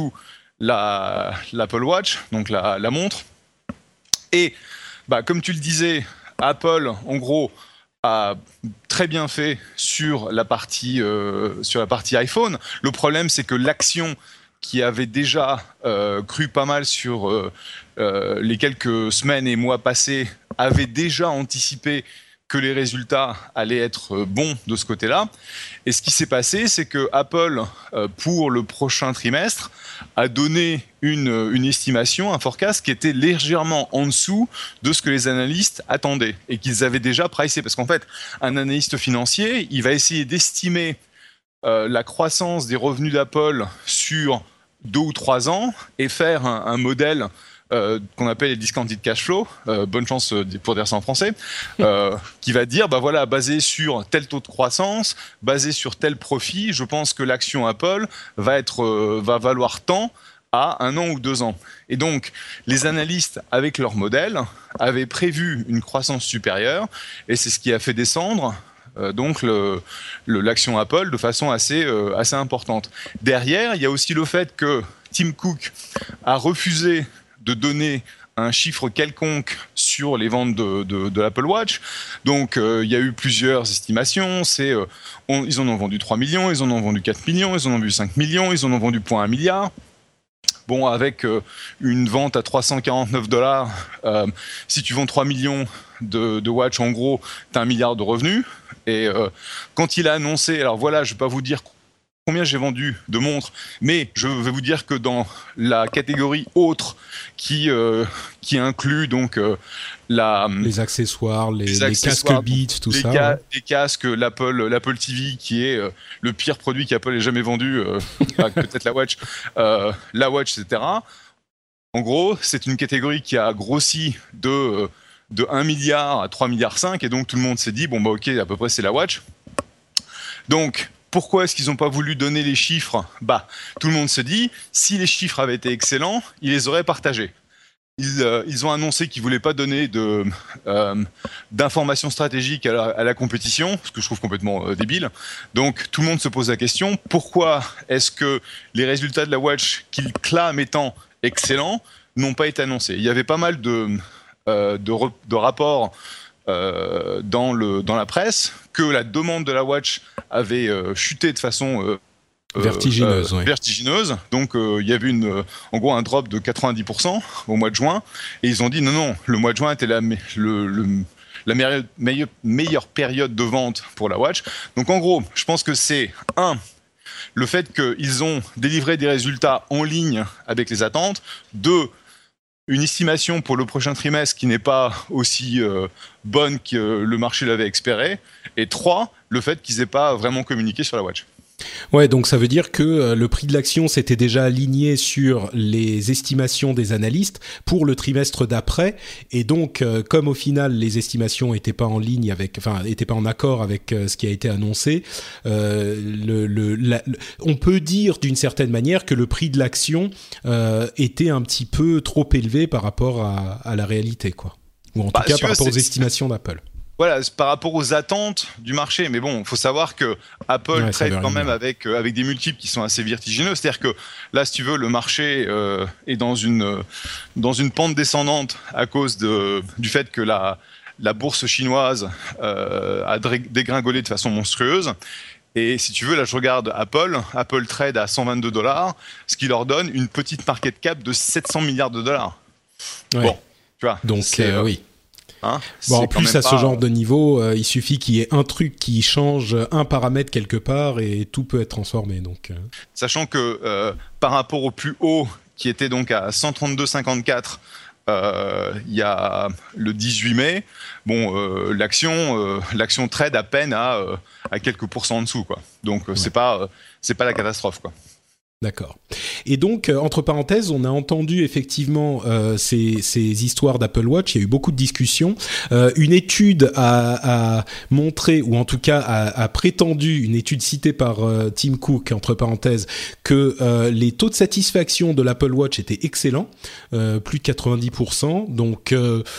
l'Apple Watch, donc la montre. Et comme tu le disais, Apple, en gros, a très bien fait sur la partie iPhone. Le problème, c'est que l'action qui avait déjà cru pas mal sur les quelques semaines et mois passés, avait déjà anticipé que les résultats allaient être bons de ce côté-là. Et ce qui s'est passé, c'est que Apple, pour le prochain trimestre, a donné une estimation, un forecast qui était légèrement en dessous de ce que les analystes attendaient et qu'ils avaient déjà pricé. Parce qu'en fait, un analyste financier, il va essayer d'estimer la croissance des revenus d'Apple sur 2 ou 3 ans et faire un modèle qu'on appelle les discounted cash flow, bonne chance pour dire ça en français, qui va dire, basé sur tel taux de croissance, basé sur tel profit, je pense que l'action Apple va valoir tant à 1 an ou 2 ans. Et donc, les analystes, avec leur modèle, avaient prévu une croissance supérieure, et c'est ce qui a fait descendre donc l'action Apple de façon assez importante. Derrière, il y a aussi le fait que Tim Cook a refusé de donner un chiffre quelconque sur les ventes de l'Apple Watch. Donc, il y a eu plusieurs estimations. Ils en ont vendu 3 millions, ils en ont vendu 4 millions, ils en ont vendu 5 millions, ils en ont vendu 0,1 milliard. Bon, avec une vente à $349, si tu vends 3 millions de watch, en gros, tu as $1 milliard de revenus. Et quand il a annoncé, alors voilà, je ne vais pas vous dire combien j'ai vendu de montres, mais je vais vous dire que dans la catégorie autre qui inclut donc les accessoires, les casques Beats, tout ça. Les casques, l'Apple TV qui est le pire produit qu'Apple ait jamais vendu, peut-être la Watch, etc. En gros, c'est une catégorie qui a grossi de 1 milliard à 3 milliards 5, et donc tout le monde s'est dit, bon bah ok, à peu près c'est la Watch. Donc, pourquoi est-ce qu'ils n'ont pas voulu donner les chiffres ? Tout le monde se dit, si les chiffres avaient été excellents, ils les auraient partagés. Ils ont annoncé qu'ils ne voulaient pas donner d'informations stratégiques à la compétition, ce que je trouve complètement débile. Donc tout le monde se pose la question, pourquoi est-ce que les résultats de la Watch qu'ils clament étant excellents n'ont pas été annoncés ? Il y avait pas mal de rapports dans la presse que la demande de la Watch avait chuté de façon vertigineuse. Donc il y avait en gros un drop de 90% au mois de juin, et ils ont dit non, le mois de juin était la meilleure période de vente pour la Watch. Donc en gros, je pense que c'est le fait qu'ils ont délivré des résultats en ligne avec les attentes, 2, une estimation pour le prochain trimestre qui n'est pas aussi bonne que le marché l'avait espéré, et 3, le fait qu'ils n'aient pas vraiment communiqué sur la Watch. Ouais, donc ça veut dire que le prix de l'action s'était déjà aligné sur les estimations des analystes pour le trimestre d'après, et donc comme au final les estimations étaient pas en accord avec ce qui a été annoncé, on peut dire d'une certaine manière que le prix de l'action était un petit peu trop élevé par rapport à la réalité, quoi. Ou en tout cas par rapport aux estimations d'Apple. Voilà, c'est par rapport aux attentes du marché. Mais bon, il faut savoir que Apple trade quand même avec des multiples qui sont assez vertigineux. C'est-à-dire que là, si tu veux, le marché est dans une pente descendante à cause du fait que la bourse chinoise a dégringolé de façon monstrueuse. Et si tu veux, là, je regarde Apple trade à $122, ce qui leur donne une petite market cap de $700 milliards. Ouais. Bon, tu vois. Donc, oui. Hein, en plus, à ce genre de niveau, il suffit qu'il y ait un truc qui change un paramètre quelque part et tout peut être transformé. Donc, Sachant que par rapport au plus haut, qui était donc à 132,54, il y a le 18 mai, l'action trade à peine à quelques pourcents en dessous, quoi. Donc c'est pas la catastrophe, quoi. D'accord. Et donc, entre parenthèses, on a entendu effectivement ces histoires d'Apple Watch. Il y a eu beaucoup de discussions. Une étude a montré, ou en tout cas a prétendu, une étude citée par Tim Cook, entre parenthèses, que les taux de satisfaction de l'Apple Watch étaient excellents, plus de 90%. Donc,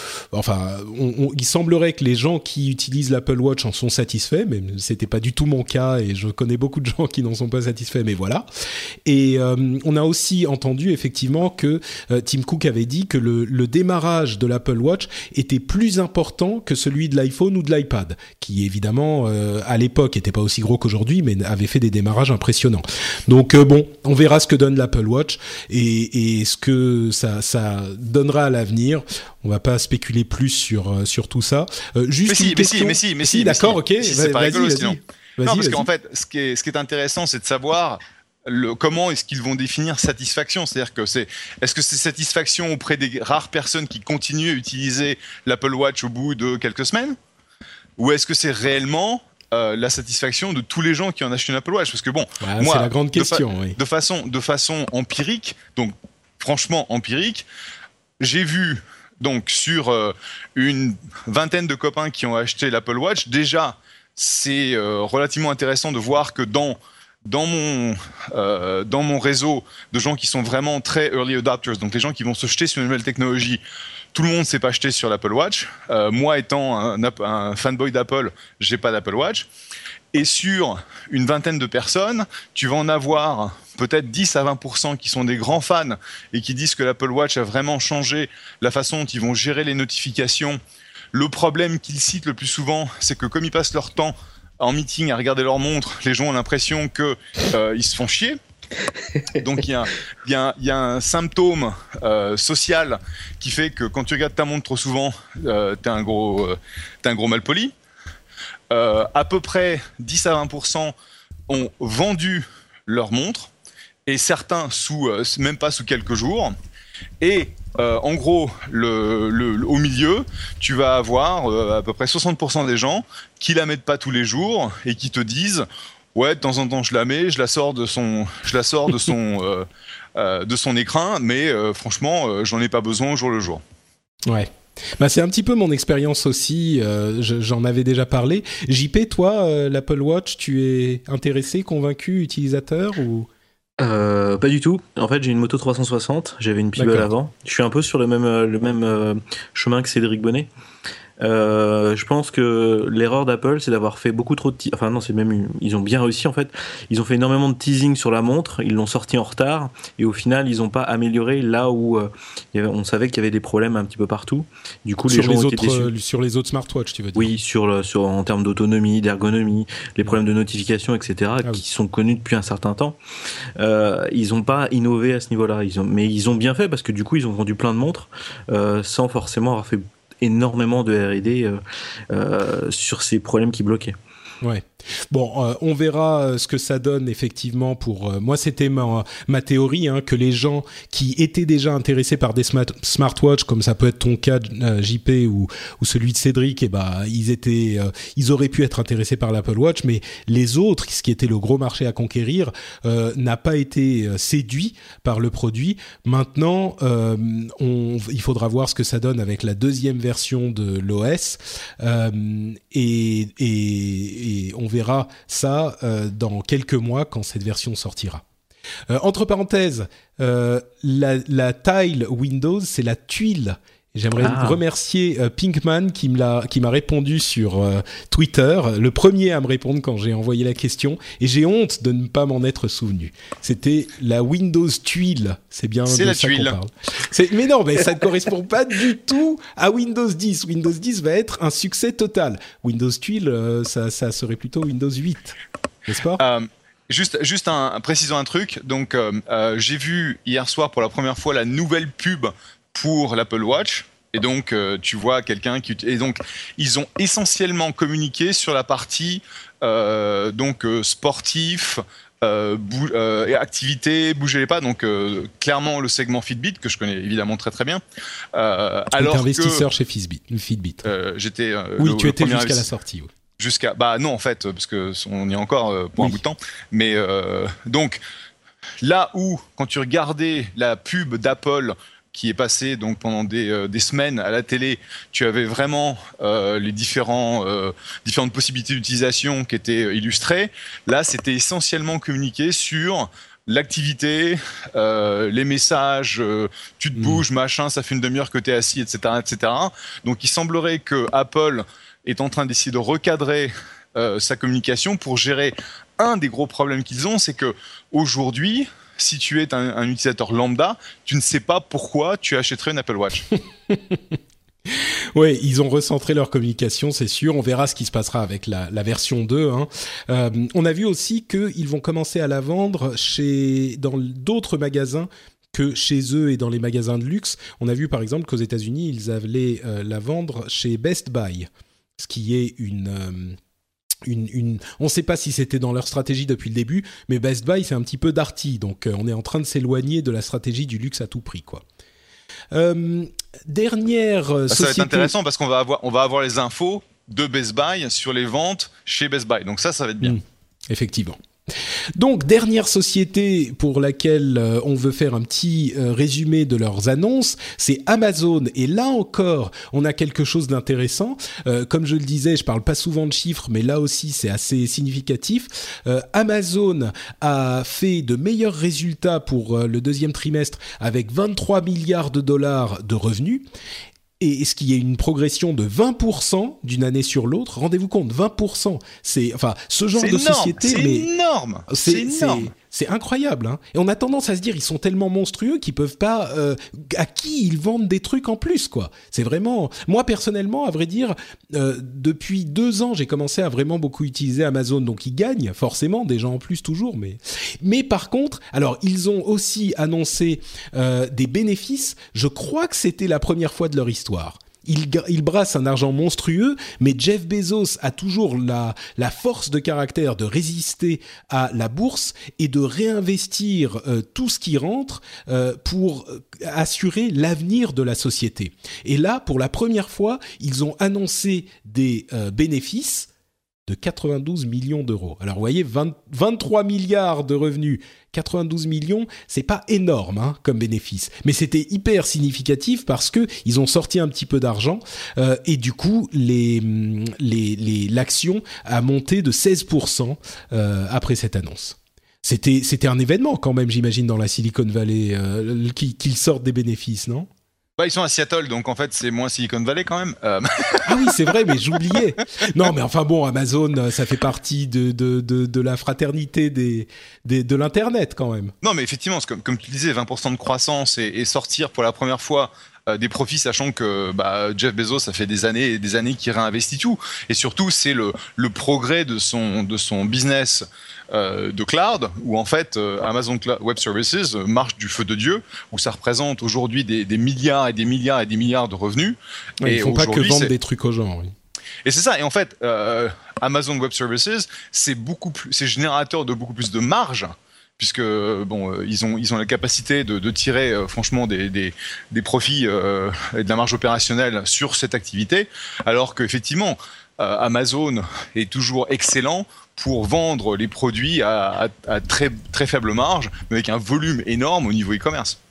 il semblerait que les gens qui utilisent l'Apple Watch en sont satisfaits, mais c'était pas du tout mon cas, et je connais beaucoup de gens qui n'en sont pas satisfaits, mais voilà. Et on a aussi entendu effectivement que Tim Cook avait dit que le démarrage de l'Apple Watch était plus important que celui de l'iPhone ou de l'iPad, qui évidemment à l'époque n'était pas aussi gros qu'aujourd'hui, mais avait fait des démarrages impressionnants. Donc on verra ce que donne l'Apple Watch et ce que ça donnera à l'avenir. On va pas spéculer plus sur tout ça. Juste une question. Mais si, d'accord, ok. C'est pas rigolo, sinon. Non, parce vas-y. qu'en fait, ce qui est intéressant, c'est de savoir comment est-ce qu'ils vont définir satisfaction. C'est-à-dire que est-ce que c'est satisfaction auprès des rares personnes qui continuent à utiliser l'Apple Watch au bout de quelques semaines, ou est-ce que c'est réellement la satisfaction de tous les gens qui ont acheté une Apple Watch? Parce que moi, c'est la grande question. Oui. De façon empirique, donc franchement empirique, j'ai vu donc sur une vingtaine de copains qui ont acheté l'Apple Watch. Déjà, c'est relativement intéressant de voir que dans mon réseau de gens qui sont vraiment très early adopters, donc les gens qui vont se jeter sur une nouvelle technologie, tout le monde ne s'est pas jeté sur l'Apple Watch. Moi, étant un fanboy d'Apple, j'ai pas d'Apple Watch. Et sur une vingtaine de personnes, tu vas en avoir peut-être 10 à 20% qui sont des grands fans et qui disent que l'Apple Watch a vraiment changé la façon dont ils vont gérer les notifications. Le problème qu'ils citent le plus souvent, c'est que comme ils passent leur temps en meeting à regarder leur montre, les gens ont l'impression qu'ils se font chier. Donc il y a un symptôme social qui fait que quand tu regardes ta montre trop souvent, t'es un gros malpoli. À peu près 10 à 20% ont vendu leur montre, et certains même pas sous quelques jours. Et en gros, au milieu, tu vas avoir à peu près 60% des gens qui la mettent pas tous les jours et qui te disent ouais, de temps en temps je la mets, je la sors de son écran, mais franchement, j'en ai pas besoin au jour le jour. Ouais. Bah, c'est un petit peu mon expérience aussi, j'en avais déjà parlé. JP, toi, l'Apple Watch, tu es intéressé, convaincu, utilisateur ou... Pas du tout. En fait, j'ai une moto 360, j'avais une Peeble avant. Je suis un peu sur le même chemin que Cédric Bonnet. Je pense que l'erreur d'Apple, c'est d'avoir fait beaucoup trop de enfin non, c'est même ils ont bien réussi en fait. Ils ont fait énormément de teasing sur la montre, ils l'ont sorti en retard et au final, ils n'ont pas amélioré là où on savait qu'il y avait des problèmes un petit peu partout. Du coup, les gens ont été déçus. Sur les autres smartwatches, tu veux dire? Oui, en termes d'autonomie, d'ergonomie, les problèmes de notification, etc., qui sont connus depuis un certain temps. Ils n'ont pas innové à ce niveau-là. Mais ils ont bien fait parce que du coup, ils ont vendu plein de montres sans forcément avoir fait énormément de R&D sur ces problèmes qui bloquaient. Ouais. Bon, on verra ce que ça donne effectivement pour... moi, c'était ma théorie, hein, que les gens qui étaient déjà intéressés par des smartwatches, comme ça peut être ton cas, JP, ou celui de Cédric, et ils auraient pu être intéressés par l'Apple Watch, mais les autres, ce qui était le gros marché à conquérir, n'a pas été séduit par le produit. Maintenant, il faudra voir ce que ça donne avec la deuxième version de l'OS, et on verra ça dans quelques mois quand cette version sortira. Entre parenthèses, la tile Windows, c'est la tuile. J'aimerais remercier Pinkman qui m'a répondu sur Twitter, le premier à me répondre quand j'ai envoyé la question, et j'ai honte de ne pas m'en être souvenu. C'était la Windows tuile, c'est bien de ça qu'on parle. Mais non, mais ça ne correspond pas du tout à Windows 10. Windows 10 va être un succès total. Windows tuile, ça serait plutôt Windows 8, n'est-ce pas? Juste précisons un truc. Donc, j'ai vu hier soir pour la première fois la nouvelle pub pour l'Apple Watch, et donc tu vois quelqu'un et donc ils ont essentiellement communiqué sur la partie sportif, activité, bouger les pas, donc clairement le segment Fitbit que je connais évidemment très très bien. Alors investisseur chez Fitbit. J'étais. Tu étais jusqu'à la sortie. Oui. Non en fait parce que on y est encore pour un bout de temps, mais donc là où quand tu regardais la pub d'Apple qui est passé donc pendant des semaines à la télé, tu avais vraiment les différentes possibilités d'utilisation qui étaient illustrées. Là, c'était essentiellement communiqué sur l'activité, les messages, tu te bouges, machin, ça fait une demi-heure que tu es assis, etc., etc. Donc, il semblerait que Apple est en train d'essayer de recadrer sa communication pour gérer un des gros problèmes qu'ils ont, c'est que aujourd'hui, si tu es un utilisateur lambda, tu ne sais pas pourquoi tu achèterais une Apple Watch. Oui, ils ont recentré leur communication, c'est sûr. On verra ce qui se passera avec la version 2. On a vu aussi qu'ils vont commencer à la vendre dans d'autres magasins que chez eux et dans les magasins de luxe. On a vu par exemple qu'aux États-Unis, ils allaient la vendre chez Best Buy, ce qui est on ne sait pas si c'était dans leur stratégie depuis le début, mais Best Buy c'est un petit peu darty, donc on est en train de s'éloigner de la stratégie du luxe à tout prix, quoi. Dernière société. Ça va être intéressant parce qu'on va avoir les infos de Best Buy sur les ventes chez Best Buy, donc ça va être bien. Effectivement. Donc, dernière société pour laquelle on veut faire un petit résumé de leurs annonces, c'est Amazon. Et là encore, on a quelque chose d'intéressant. Comme je le disais, je parle pas souvent de chiffres, mais là aussi, c'est assez significatif. Amazon a fait de meilleurs résultats pour le deuxième trimestre avec 23 milliards de dollars de revenus. Et ce qui est une progression de 20% d'une année sur l'autre. Rendez-vous compte, 20%. C'est genre de société. C'est énorme. C'est énorme. C'est incroyable, hein. Et on a tendance à se dire, ils sont tellement monstrueux qu'ils peuvent pas. À qui ils vendent des trucs en plus, quoi. C'est vraiment. Moi personnellement, à vrai dire, depuis 2 ans, j'ai commencé à vraiment beaucoup utiliser Amazon, donc ils gagnent forcément des gens en plus toujours. Mais par contre, alors ils ont aussi annoncé des bénéfices. Je crois que c'était la première fois de leur histoire. il brasse un argent monstrueux, mais Jeff Bezos a toujours la force de caractère de résister à la bourse et de réinvestir tout ce qui rentre pour assurer l'avenir de la société. Et là, pour la première fois, ils ont annoncé des bénéfices de 92 millions d'euros. Alors, vous voyez, 23 milliards de revenus, 92 millions, c'est pas énorme comme bénéfice. Mais c'était hyper significatif parce que ils ont sorti un petit peu d'argent et du coup, l'action a monté de 16% après cette annonce. C'était un événement quand même, j'imagine, dans la Silicon Valley, qu'ils sortent des bénéfices, non ? Bah, ils sont à Seattle, donc en fait, c'est moins Silicon Valley quand même. Ah oui, c'est vrai, mais j'oubliais. Non, mais enfin bon, Amazon, ça fait partie de la fraternité de l'Internet quand même. Non, mais effectivement, comme tu disais, 20% de croissance et sortir pour la première fois des profits, sachant que Jeff Bezos, ça fait des années et des années qu'il réinvestit tout. Et surtout, c'est le progrès de son business de cloud, où en fait Amazon Web Services marche du feu de Dieu, où ça représente aujourd'hui des milliards et des milliards et des milliards de revenus. Ouais, ils font pas que vendre des trucs aux gens. Oui. Et c'est ça. Et en fait, Amazon Web Services, c'est générateur de beaucoup plus de marge, puisque ils ont la capacité de tirer franchement des profits et de la marge opérationnelle sur cette activité, alors qu'effectivement Amazon est toujours excellent pour vendre les produits à très, très faible marge, mais avec un volume énorme au niveau e-commerce.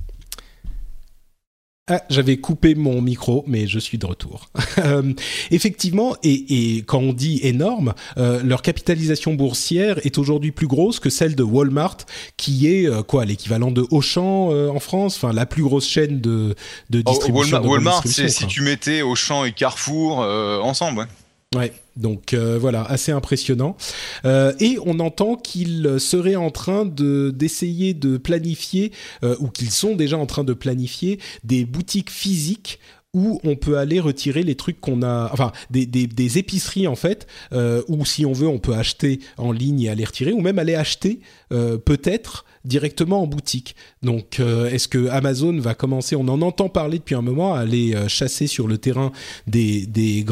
Ah, j'avais coupé mon micro, mais je suis de retour. Effectivement, et quand on dit énorme, leur capitalisation boursière est aujourd'hui plus grosse que celle de Walmart, qui est l'équivalent de Auchan en France, enfin la plus grosse chaîne de distribution. Walmart, c'est si tu mettais Auchan et Carrefour ensemble, ouais. Ouais, donc voilà, assez impressionnant. Et on entend qu'ils seraient en train d'essayer de planifier, ou qu'ils sont déjà en train de planifier, des boutiques physiques où on peut aller retirer les trucs qu'on a, enfin des épiceries en fait, où si on veut on peut acheter en ligne et aller retirer, ou même aller acheter peut-être directement en boutique. Donc est-ce que Amazon va commencer, on en entend parler depuis un moment, à aller chasser sur le terrain de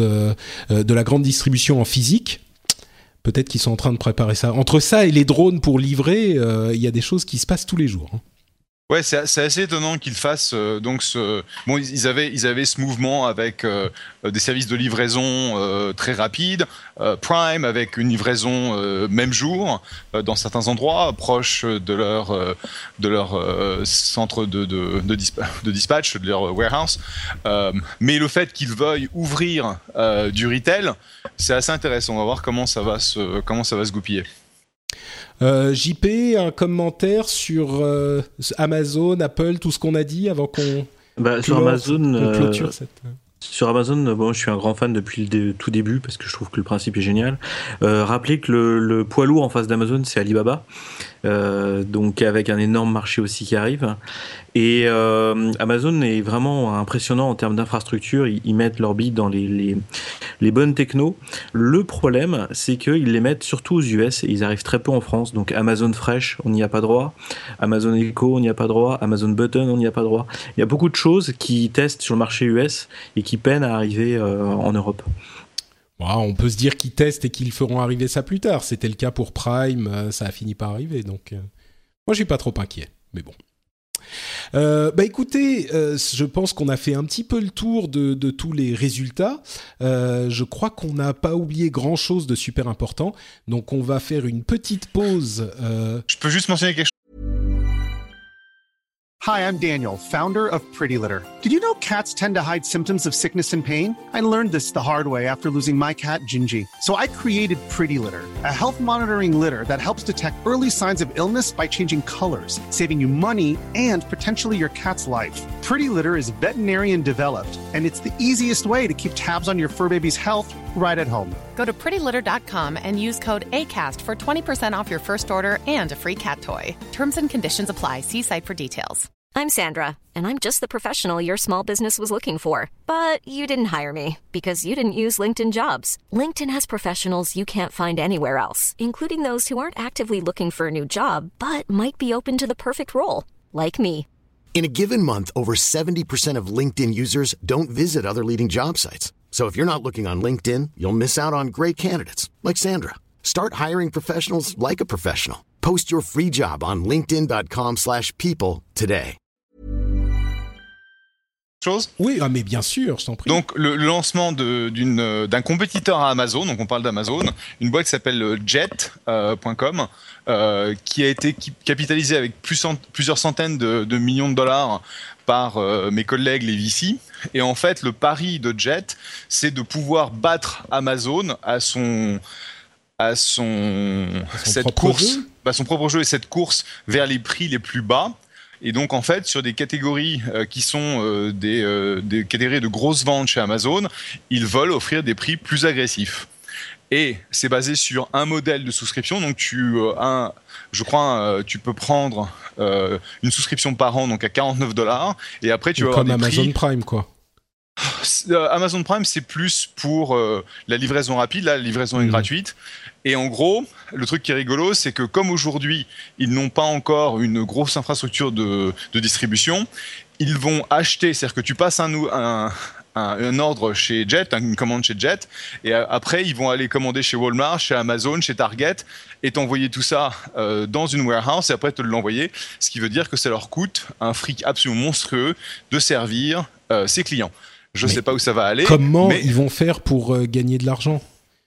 la grande distribution en physique? Peut-être qu'ils sont en train de préparer ça. Entre ça et les drones pour livrer, il y a des choses qui se passent tous les jours. Ouais, c'est assez étonnant qu'ils fassent ils avaient ce mouvement avec des services de livraison très rapides, Prime avec une livraison même jour dans certains endroits proches de leur centre de dispatch, de leur warehouse. Mais le fait qu'ils veuillent ouvrir du retail, c'est assez intéressant. On va voir comment ça va se goupiller. JP, un commentaire sur Amazon, Apple, tout ce qu'on a dit avant qu'on clôture cette... Sur Amazon, je suis un grand fan depuis le tout début parce que je trouve que le principe est génial. Rappelez que le poids lourd en face d'Amazon, c'est Alibaba, donc avec un énorme marché aussi qui arrive. Et Amazon est vraiment impressionnant en termes d'infrastructure. Ils mettent leur bille dans les bonnes technos. Le problème, c'est qu'ils les mettent surtout aux US et ils arrivent très peu en France. Donc Amazon Fresh, on n'y a pas droit. Amazon Echo, on n'y a pas droit. Amazon Button, on n'y a pas droit. Il y a beaucoup de choses qui testent sur le marché US et qui peinent à arriver en Europe. On peut se dire qu'ils testent et qu'ils feront arriver ça plus tard. C'était le cas pour Prime, ça a fini par arriver. Donc, moi, je suis pas trop inquiet. Mais bon. Écoutez, je pense qu'on a fait un petit peu le tour de tous les résultats. Je crois qu'on n'a pas oublié grand-chose de super important. Donc, on va faire une petite pause. Je peux juste mentionner quelque chose. Hi, I'm Daniel, founder of Pretty Litter. Did you know cats tend to hide symptoms of sickness and pain? I learned this the hard way after losing my cat, Gingy. So I created Pretty Litter, a health monitoring litter that helps detect early signs of illness by changing colors, saving you money and potentially your cat's life. Pretty Litter is veterinarian developed, and it's the easiest way to keep tabs on your fur baby's health right at home. Go to prettylitter.com and use code ACAST for 20% off your first order and a free cat toy. Terms and conditions apply. See site for details. I'm Sandra, and I'm just the professional your small business was looking for. But you didn't hire me because you didn't use LinkedIn Jobs. LinkedIn has professionals you can't find anywhere else, including those who aren't actively looking for a new job, but might be open to the perfect role, like me. In a given month, over 70% of LinkedIn users don't visit other leading job sites. So if you're not looking on LinkedIn, you'll miss out on great candidates like Sandra. Start hiring professionals like a professional. Post your free job on linkedin.com/people today. Oui, mais bien sûr, je t'en prie. Donc le lancement d'un compétiteur à Amazon, donc on parle d'Amazon, une boîte qui s'appelle Jet.com, qui a été capitalisée avec plusieurs centaines de millions de dollars par mes collègues les VC. Et en fait, le pari de Jet, c'est de pouvoir battre Amazon à son propre jeu et cette course vers les prix les plus bas. Et donc, en fait, sur des catégories qui sont des catégories de grosses ventes chez Amazon, ils veulent offrir des prix plus agressifs. Et c'est basé sur un modèle de souscription. Donc, tu peux prendre une souscription par an, donc à $49. Et après, tu vas avoir des prix... Comme Amazon Prime, quoi. Amazon Prime, c'est plus pour la livraison rapide. Là, la livraison est gratuite. Et en gros, le truc qui est rigolo, c'est que comme aujourd'hui, ils n'ont pas encore une grosse infrastructure de distribution, ils vont acheter, c'est-à-dire que tu passes un ordre chez Jet, une commande chez Jet, et après, ils vont aller commander chez Walmart, chez Amazon, chez Target, et t'envoyer tout ça dans une warehouse, et après te l'envoyer, ce qui veut dire que ça leur coûte un fric absolument monstrueux de servir ses clients. Je ne sais pas où ça va aller. Comment ils vont faire pour gagner de l'argent ?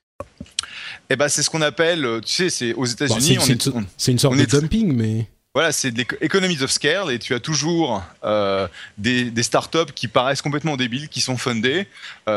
Eh ben, c'est ce qu'on appelle, tu sais, c'est aux États-Unis. C'est une sorte de dumping, mais. Voilà, c'est de l'economies of scale, et tu as toujours des startups qui paraissent complètement débiles, qui sont fundées,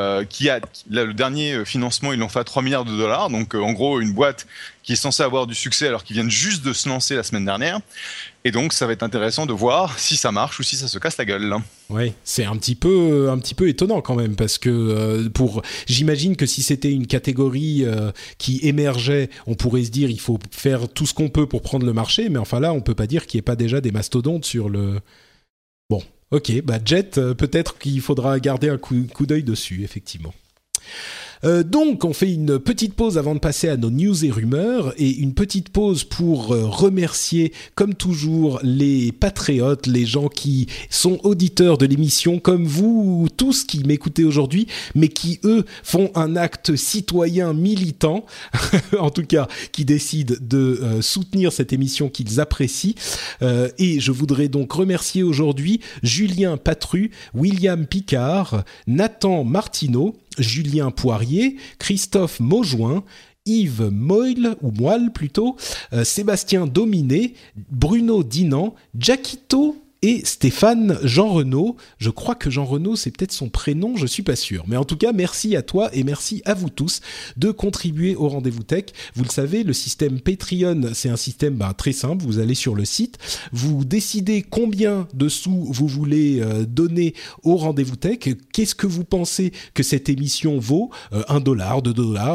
le dernier financement, ils l'ont fait à $3 milliards, donc en gros une boîte qui est censée avoir du succès alors qu'ils viennent juste de se lancer la semaine dernière. Et donc, ça va être intéressant de voir si ça marche ou si ça se casse la gueule. Oui, c'est un petit peu étonnant quand même, parce que j'imagine que si c'était une catégorie qui émergeait, on pourrait se dire il faut faire tout ce qu'on peut pour prendre le marché, mais enfin là, on peut pas dire qu'il n'y ait pas déjà des mastodontes sur le... Bon, ok, Jet, peut-être qu'il faudra garder un coup d'œil dessus, effectivement. Donc, on fait une petite pause avant de passer à nos news et rumeurs, et une petite pause pour remercier, comme toujours, les patriotes, les gens qui sont auditeurs de l'émission, comme vous tous qui m'écoutez aujourd'hui, mais qui, eux, font un acte citoyen militant, en tout cas, qui décident de soutenir cette émission qu'ils apprécient. Et je voudrais donc remercier aujourd'hui Julien Patru, William Picard, Nathan Martineau, Julien Poirier, Christophe Maujoin, Yves Moyle, ou Moyle plutôt, Sébastien Dominé, Bruno Dinan, Jaquito et Stéphane Jean Renaud. Je crois que Jean Renaud, c'est peut-être son prénom, je suis pas sûr. Mais en tout cas, merci à toi et merci à vous tous de contribuer au Rendez-vous Tech. Vous le savez, le système Patreon, c'est un système très simple. Vous allez sur le site, vous décidez combien de sous vous voulez donner au Rendez-vous Tech. Qu'est-ce que vous pensez que cette émission vaut ? $1, $2,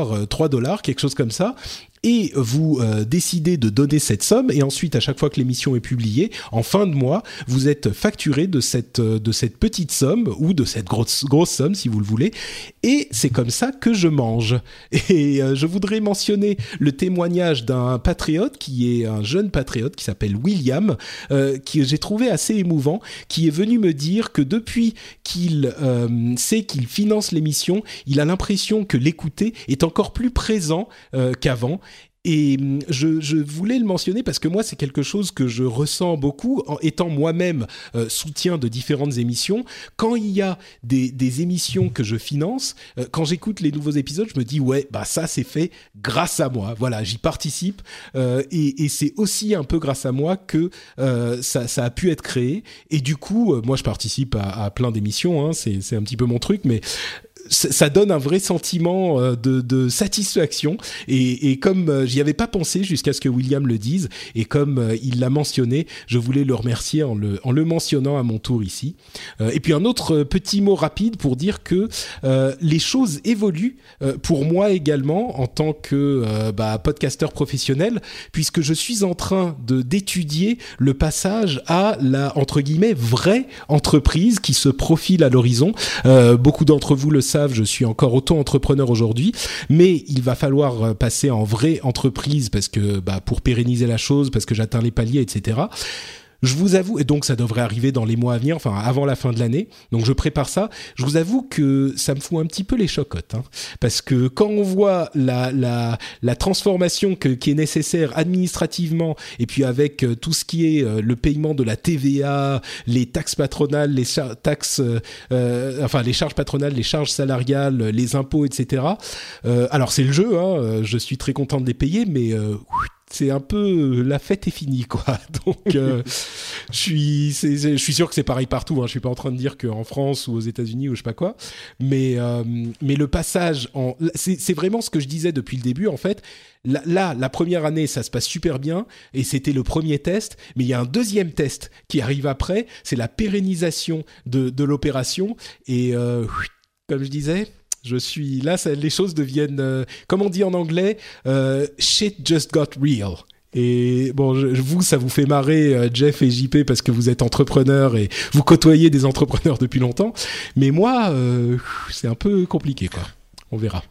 $3, quelque chose comme ça. Et vous décidez de donner cette somme, et ensuite, à chaque fois que l'émission est publiée, en fin de mois, vous êtes facturé de cette petite somme, ou de cette grosse somme, si vous le voulez, et c'est comme ça que je mange. Et je voudrais mentionner le témoignage d'un patriote, qui est un jeune patriote, qui s'appelle William, qui j'ai trouvé assez émouvant, qui est venu me dire que depuis qu'il sait qu'il finance l'émission, il a l'impression que l'écouter est encore plus présent qu'avant. Et je voulais le mentionner parce que moi, c'est quelque chose que je ressens beaucoup en étant moi-même soutien de différentes émissions. Quand il y a des émissions que je finance, quand j'écoute les nouveaux épisodes, je me dis ouais, ça c'est fait grâce à moi. Voilà, j'y participe et c'est aussi un peu grâce à moi que ça a pu être créé. Et du coup, moi je participe à plein d'émissions, hein, c'est un petit peu mon truc, mais ça donne un vrai sentiment de satisfaction et comme j'y avais pas pensé jusqu'à ce que William le dise et comme il l'a mentionné, je voulais le remercier en le mentionnant à mon tour ici. Et puis un autre petit mot rapide pour dire que les choses évoluent pour moi également en tant que podcasteur professionnel, puisque je suis en train d'étudier le passage à la entre guillemets vraie entreprise qui se profile à l'horizon. Beaucoup d'entre vous le savent, je suis encore auto-entrepreneur aujourd'hui, mais il va falloir passer en vraie entreprise parce que pour pérenniser la chose, parce que j'atteins les paliers, etc. Je vous avoue, et donc ça devrait arriver dans les mois à venir, enfin avant la fin de l'année, donc je prépare ça. Je vous avoue que ça me fout un petit peu les chocottes, hein, parce que quand on voit la transformation qui est nécessaire administrativement, et puis avec tout ce qui est le paiement de la TVA, les taxes patronales, les charges patronales, les charges salariales, les impôts, etc. Alors c'est le jeu, hein, je suis très content de les payer, mais c'est un peu la fête est finie, quoi. Donc je suis sûr que c'est pareil partout, hein. Je suis pas en train de dire qu'en France ou aux États-Unis ou je sais pas quoi, mais le passage c'est vraiment ce que je disais depuis le début, en fait. La première année, ça se passe super bien et c'était le premier test, mais il y a un deuxième test qui arrive après, c'est la pérennisation de l'opération et comme je disais, les choses deviennent, comme on dit en anglais, shit just got real. Et bon, ça vous fait marrer, Jeff et JP, parce que vous êtes entrepreneurs et vous côtoyez des entrepreneurs depuis longtemps. Mais moi, c'est un peu compliqué, quoi. On verra.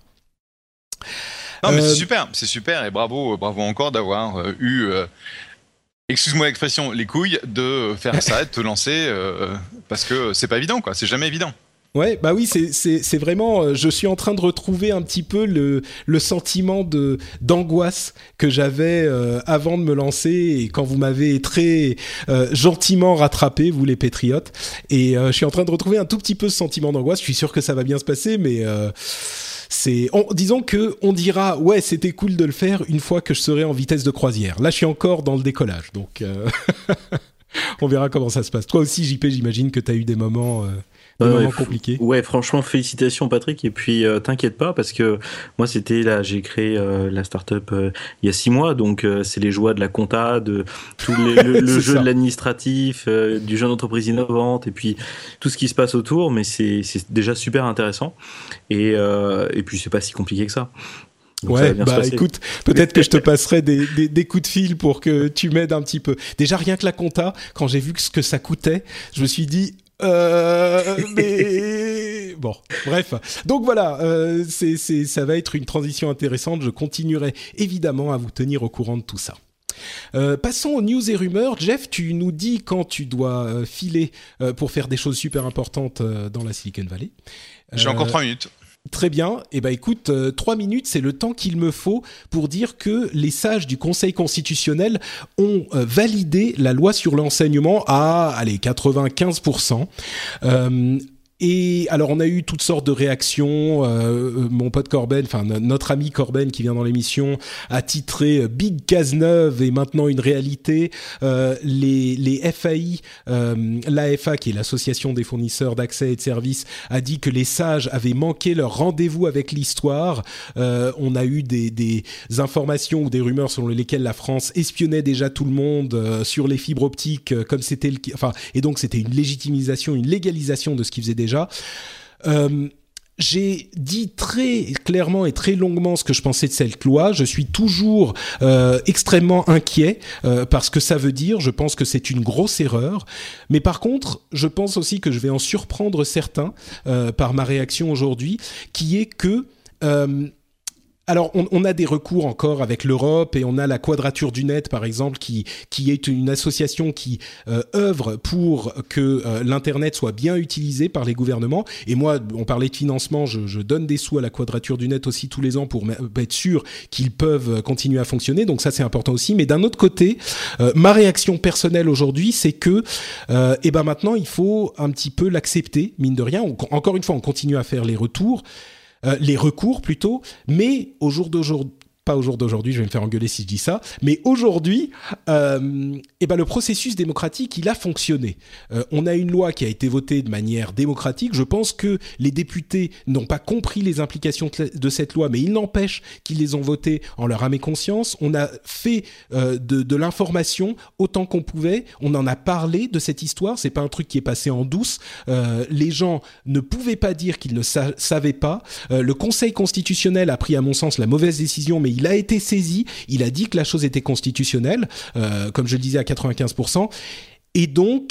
Non, mais c'est super et bravo encore d'avoir eu, excuse-moi l'expression, les couilles de faire ça, de te lancer, parce que c'est pas évident, quoi. C'est jamais évident. Ouais, bah oui, c'est vraiment. Je suis en train de retrouver un petit peu le sentiment d'angoisse que j'avais avant de me lancer et quand vous m'avez très gentiment rattrapé, vous les patriotes. Et je suis en train de retrouver un tout petit peu ce sentiment d'angoisse. Je suis sûr que ça va bien se passer, mais disons que on dira ouais, c'était cool de le faire une fois que je serai en vitesse de croisière. Là, je suis encore dans le décollage, donc on verra comment ça se passe. Toi aussi, JP, j'imagine que t'as eu des moments. Compliqué. Ouais, franchement, félicitations Patrick. Et puis t'inquiète pas parce que moi j'ai créé la startup il y a 6 mois, donc c'est les joies de la compta, de tout le jeu de l'administratif, du jeune entreprise innovante et puis tout ce qui se passe autour. Mais c'est déjà super intéressant et puis c'est pas si compliqué que ça. Donc ouais, bah écoute, peut-être que je te passerai des coups de fil pour que tu m'aides un petit peu. Déjà rien que la compta, quand j'ai vu ce que ça coûtait, je me suis dit mais bon, bref. Donc voilà, ça va être une transition intéressante. Je continuerai évidemment à vous tenir au courant de tout ça. Passons aux news et rumeurs. Jeff, tu nous dis quand tu dois filer pour faire des choses super importantes dans la Silicon Valley. J'ai encore 3 minutes. Très bien. Eh ben, écoute, 3 minutes, c'est le temps qu'il me faut pour dire que les sages du Conseil constitutionnel ont validé la loi sur l'enseignement à, 95%. Et alors, on a eu toutes sortes de réactions. Mon pote Corben, enfin notre ami Corben qui vient dans l'émission, a titré Big Cazeneuve est maintenant une réalité. Les FAI, l'AFA qui est l'association des fournisseurs d'accès et de services, a dit que les sages avaient manqué leur rendez-vous avec l'histoire. On a eu des informations ou des rumeurs selon lesquelles la France espionnait déjà tout le monde sur les fibres optiques, comme c'était et donc c'était une légitimisation, une légalisation de ce qu'ils faisaient déjà. J'ai dit très clairement et très longuement ce que je pensais de cette loi. Je suis toujours extrêmement inquiet parce que ça veut dire, je pense que c'est une grosse erreur. Mais par contre, je pense aussi que je vais en surprendre certains par ma réaction aujourd'hui, qui est que... Alors, on a des recours encore avec l'Europe et on a la Quadrature du Net, par exemple, qui est une association qui œuvre pour que l'Internet soit bien utilisé par les gouvernements. Et moi, on parlait de financement, je donne des sous à la Quadrature du Net aussi tous les ans pour être sûr qu'ils peuvent continuer à fonctionner. Donc ça, c'est important aussi. Mais d'un autre côté, ma réaction personnelle aujourd'hui, c'est que maintenant, il faut un petit peu l'accepter, mine de rien. Encore une fois, on continue à faire les recours plutôt, mais pas au jour d'aujourd'hui, je vais me faire engueuler si je dis ça, mais aujourd'hui, le processus démocratique, il a fonctionné. On a une loi qui a été votée de manière démocratique. Je pense que les députés n'ont pas compris les implications de cette loi, mais il n'empêche qu'ils les ont votées en leur âme et conscience. On a fait de l'information autant qu'on pouvait. On en a parlé de cette histoire. C'est pas un truc qui est passé en douce. Les gens ne pouvaient pas dire qu'ils ne savaient pas. Le Conseil constitutionnel a pris, à mon sens, la mauvaise décision, mais il a été saisi, il a dit que la chose était constitutionnelle, comme je le disais à 95%, et donc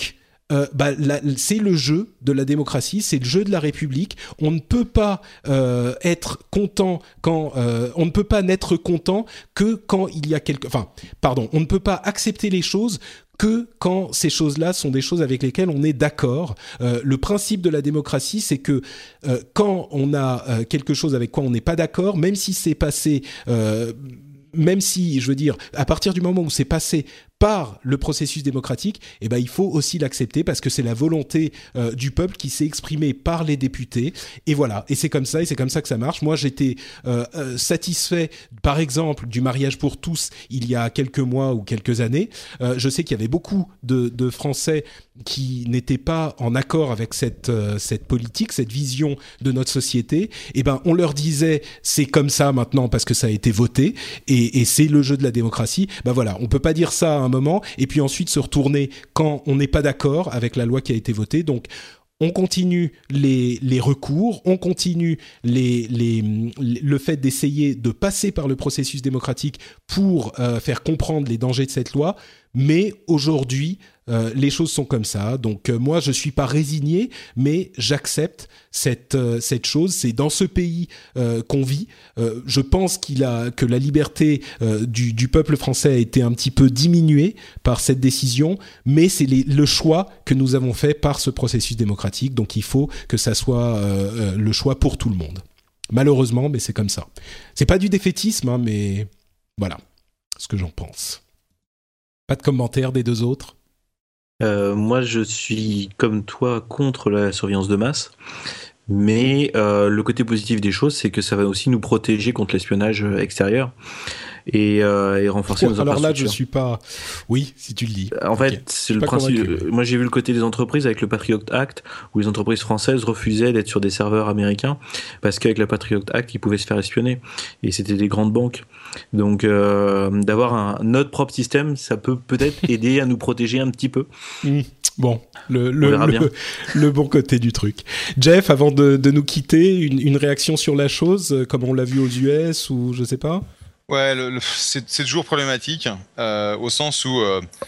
c'est le jeu de la démocratie, c'est le jeu de la République. On ne peut pas être content on ne peut pas n'être content que quand il y a on ne peut pas accepter les choses que quand ces choses-là sont des choses avec lesquelles on est d'accord. Le principe de la démocratie, c'est que quand on a quelque chose avec quoi on n'est pas d'accord, même si c'est passé, même si, je veux dire, à partir du moment où c'est passé par le processus démocratique, il faut aussi l'accepter parce que c'est la volonté du peuple qui s'est exprimée par les députés. Et voilà, et c'est comme ça que ça marche. Moi, j'étais satisfait, par exemple, du mariage pour tous il y a quelques mois ou quelques années. Je sais qu'il y avait beaucoup de Français qui n'étaient pas en accord avec cette politique, cette vision de notre société. On leur disait, c'est comme ça maintenant parce que ça a été voté et c'est le jeu de la démocratie. Voilà, on peut pas dire ça à un moment et puis ensuite se retourner quand on n'est pas d'accord avec la loi qui a été votée. Donc on continue les recours, on continue le fait d'essayer de passer par le processus démocratique pour faire comprendre les dangers de cette loi. Mais aujourd'hui, les choses sont comme ça. Donc moi, je suis pas résigné, mais j'accepte cette chose. C'est dans ce pays qu'on vit. Je pense que la liberté du peuple français a été un petit peu diminuée par cette décision, mais c'est le choix que nous avons fait par ce processus démocratique. Donc il faut que ça soit le choix pour tout le monde. Malheureusement, mais c'est comme ça. C'est pas du défaitisme, hein, mais voilà ce que j'en pense. Pas de commentaires des deux autres? Moi, je suis comme toi contre la surveillance de masse, mais le côté positif des choses, c'est que ça va aussi nous protéger contre l'espionnage extérieur et renforcer nos infrastructures. Alors là, je suis pas... Oui, si tu le dis. En fait, c'est le principe. Moi, j'ai vu le côté des entreprises avec le Patriot Act, où les entreprises françaises refusaient d'être sur des serveurs américains, parce qu'avec le Patriot Act, ils pouvaient se faire espionner. Et c'était des grandes banques. Donc, d'avoir notre propre système, ça peut peut-être aider à nous protéger un petit peu. Bon, le bon côté du truc. Jeff, avant de nous quitter, une réaction sur la chose, comme on l'a vu aux US ou je sais pas? Ouais, c'est toujours problématique, au sens où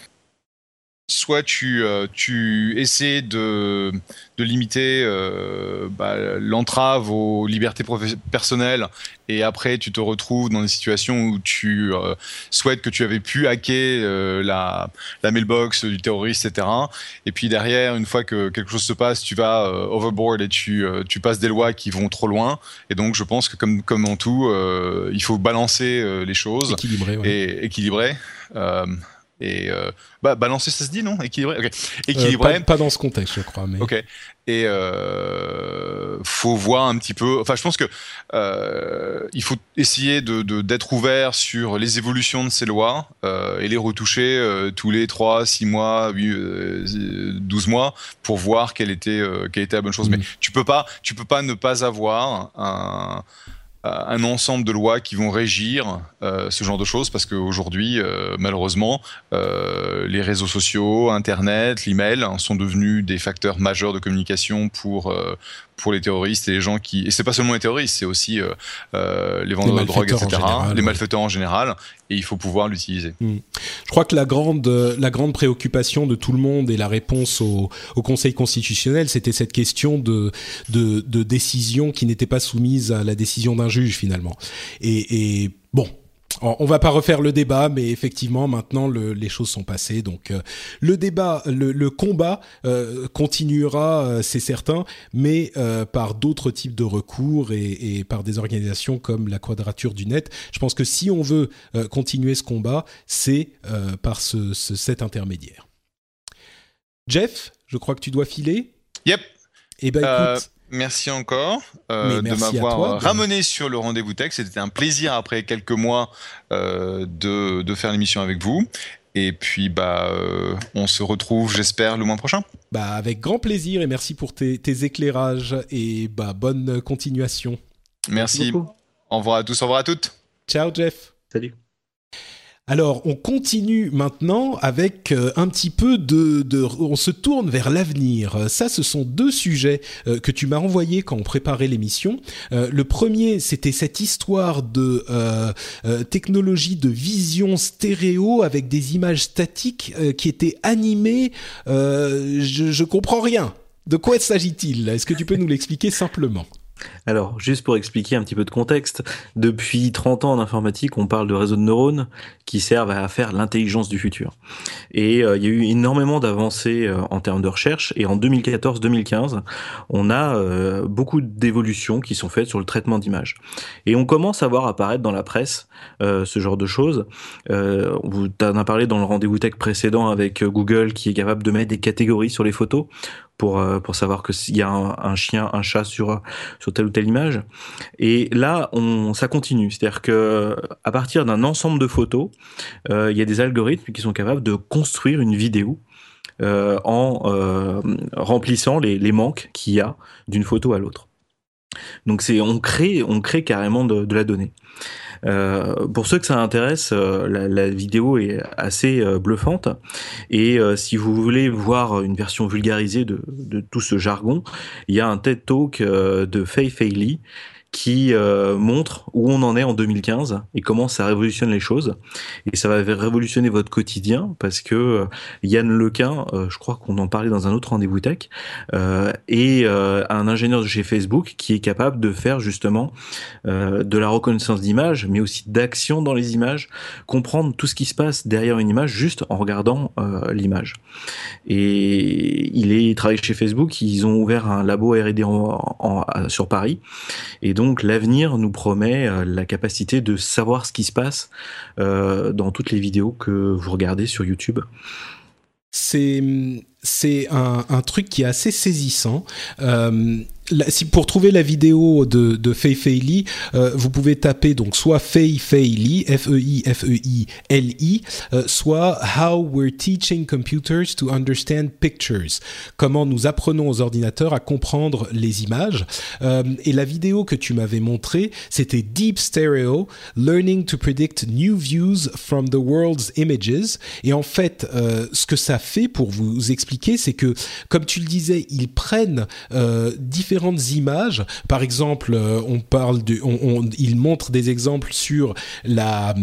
soit tu essaies de limiter l'entrave aux libertés personnelles et après tu te retrouves dans des situations où tu souhaites que tu avais pu hacker la mailbox du terroriste, etc. Et puis derrière, une fois que quelque chose se passe, tu vas overboard et tu passes des lois qui vont trop loin. Et donc je pense que comme en tout, il faut balancer les choses. Équilibrer. Balancer, ça se dit, non? Équilibré. Okay. Équilibré. Pas dans ce contexte, je crois. Mais... Ok. Et faut voir un petit peu. Enfin, je pense que il faut essayer d'être ouvert sur les évolutions de ces lois et les retoucher tous les 3, 6 mois, 12 mois pour voir quelle était la bonne chose. Mais tu peux pas ne pas avoir un ensemble de lois qui vont régir ce genre de choses parce qu'aujourd'hui, malheureusement, les réseaux sociaux, Internet, l'email sont devenus des facteurs majeurs de communication pour les terroristes et les gens qui... Et c'est pas seulement les terroristes, c'est aussi les vendeurs de drogue, etc., les malfaiteurs en général, et il faut pouvoir l'utiliser. Je crois que la grande préoccupation de tout le monde et la réponse au Conseil constitutionnel, c'était cette question de décision qui n'était pas soumise à la décision d'un juge, finalement. Et bon... On va pas refaire le débat, mais effectivement, maintenant, les choses sont passées. Donc, le débat, le combat continuera, c'est certain, mais par d'autres types de recours et par des organisations comme la Quadrature du Net. Je pense que si on veut continuer ce combat, c'est par cet intermédiaire. Jeff, je crois que tu dois filer. Yep. Eh ben, écoute... Merci encore de m'avoir ramené sur le rendez-vous tech. C'était un plaisir après quelques mois de faire l'émission avec vous. Et puis on se retrouve, j'espère, le mois prochain. Avec grand plaisir et merci pour tes éclairages et bonne continuation. Merci. Au revoir à tous, au revoir à toutes. Ciao Jeff. Salut. Alors, on continue maintenant avec un petit peu on se tourne vers l'avenir. Ça, ce sont deux sujets que tu m'as envoyés quand on préparait l'émission. Le premier, c'était cette histoire de technologie de vision stéréo avec des images statiques qui étaient animées. Je comprends rien. De quoi s'agit-il ? Est-ce que tu peux nous l'expliquer simplement ? Alors, juste pour expliquer un petit peu de contexte, depuis 30 ans en informatique, on parle de réseaux de neurones qui servent à faire l'intelligence du futur. Et il y a eu énormément d'avancées en termes de recherche, et en 2014-2015, on a beaucoup d'évolutions qui sont faites sur le traitement d'images. Et on commence à voir apparaître dans la presse ce genre de choses. Vous en avez parlé dans le rendez-vous tech précédent avec Google, qui est capable de mettre des catégories sur les photos pour savoir que s'il y a un chien, un chat sur telle ou telle image. Et là, ça continue. C'est-à-dire que à partir d'un ensemble de photos, il y a des algorithmes qui sont capables de construire une vidéo en remplissant les manques qu'il y a d'une photo à l'autre. Donc on crée carrément de la donnée. Pour ceux que ça intéresse, la vidéo est assez bluffante, et si vous voulez voir une version vulgarisée de tout ce jargon, il y a un TED Talk de Fei Fei Li qui montre où on en est en 2015 et comment ça révolutionne les choses. Et ça va révolutionner votre quotidien, parce que Yann Lequin, je crois qu'on en parlait dans un autre rendez-vous tech, est un ingénieur de chez Facebook qui est capable de faire justement de la reconnaissance d'images, mais aussi d'action dans les images, comprendre tout ce qui se passe derrière une image juste en regardant l'image. Et il travaille chez Facebook, ils ont ouvert un labo R&D sur Paris, et donc l'avenir nous promet la capacité de savoir ce qui se passe dans toutes les vidéos que vous regardez sur YouTube. C'est un truc qui est assez saisissant. Pour trouver la vidéo de Fei Fei Li, vous pouvez taper donc soit Fei Fei Li, F-E-I-F-E-I-L-I, soit How We're Teaching Computers to Understand Pictures, comment nous apprenons aux ordinateurs à comprendre les images. Et la vidéo que tu m'avais montrée, c'était Deep Stereo, Learning to Predict New Views from the World's Images. Et en fait, ce que ça fait, pour vous expliquer, c'est que, comme tu le disais, ils prennent différentes images. Par exemple, il montre des exemples sur un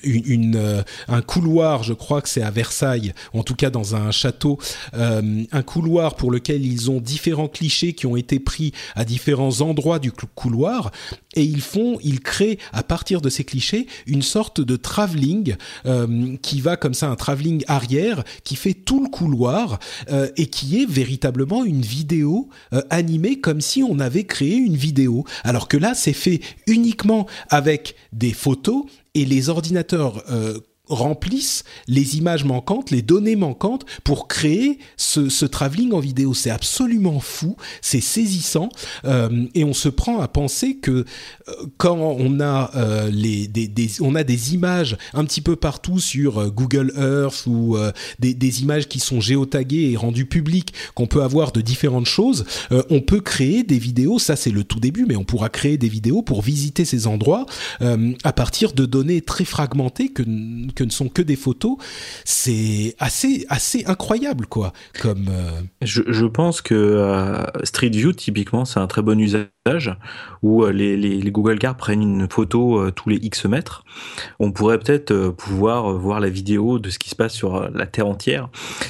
couloir, je crois que c'est à Versailles, en tout cas dans un château, un couloir pour lequel ils ont différents clichés qui ont été pris à différents endroits du couloir, et ils créent à partir de ces clichés une sorte de travelling qui va comme ça, un travelling arrière qui fait tout le couloir et qui est véritablement une vidéo animée, comme si on avait créé une vidéo. Alors que là, c'est fait uniquement avec des photos, et les ordinateurs remplissent les images manquantes, les données manquantes pour créer ce travelling en vidéo. C'est absolument fou, c'est saisissant, et on se prend à penser que quand on a on a des images un petit peu partout sur Google Earth, ou des images qui sont géotaguées et rendues publiques, qu'on peut avoir de différentes choses, on peut créer des vidéos. Ça, c'est le tout début, mais on pourra créer des vidéos pour visiter ces endroits à partir de données très fragmentées que ne sont que des photos. C'est assez incroyable, quoi. Comme je pense que Street View, typiquement, c'est un très bon usage, où les Google Cars prennent une photo tous les X mètres. On pourrait peut-être pouvoir voir la vidéo de ce qui se passe sur la Terre entière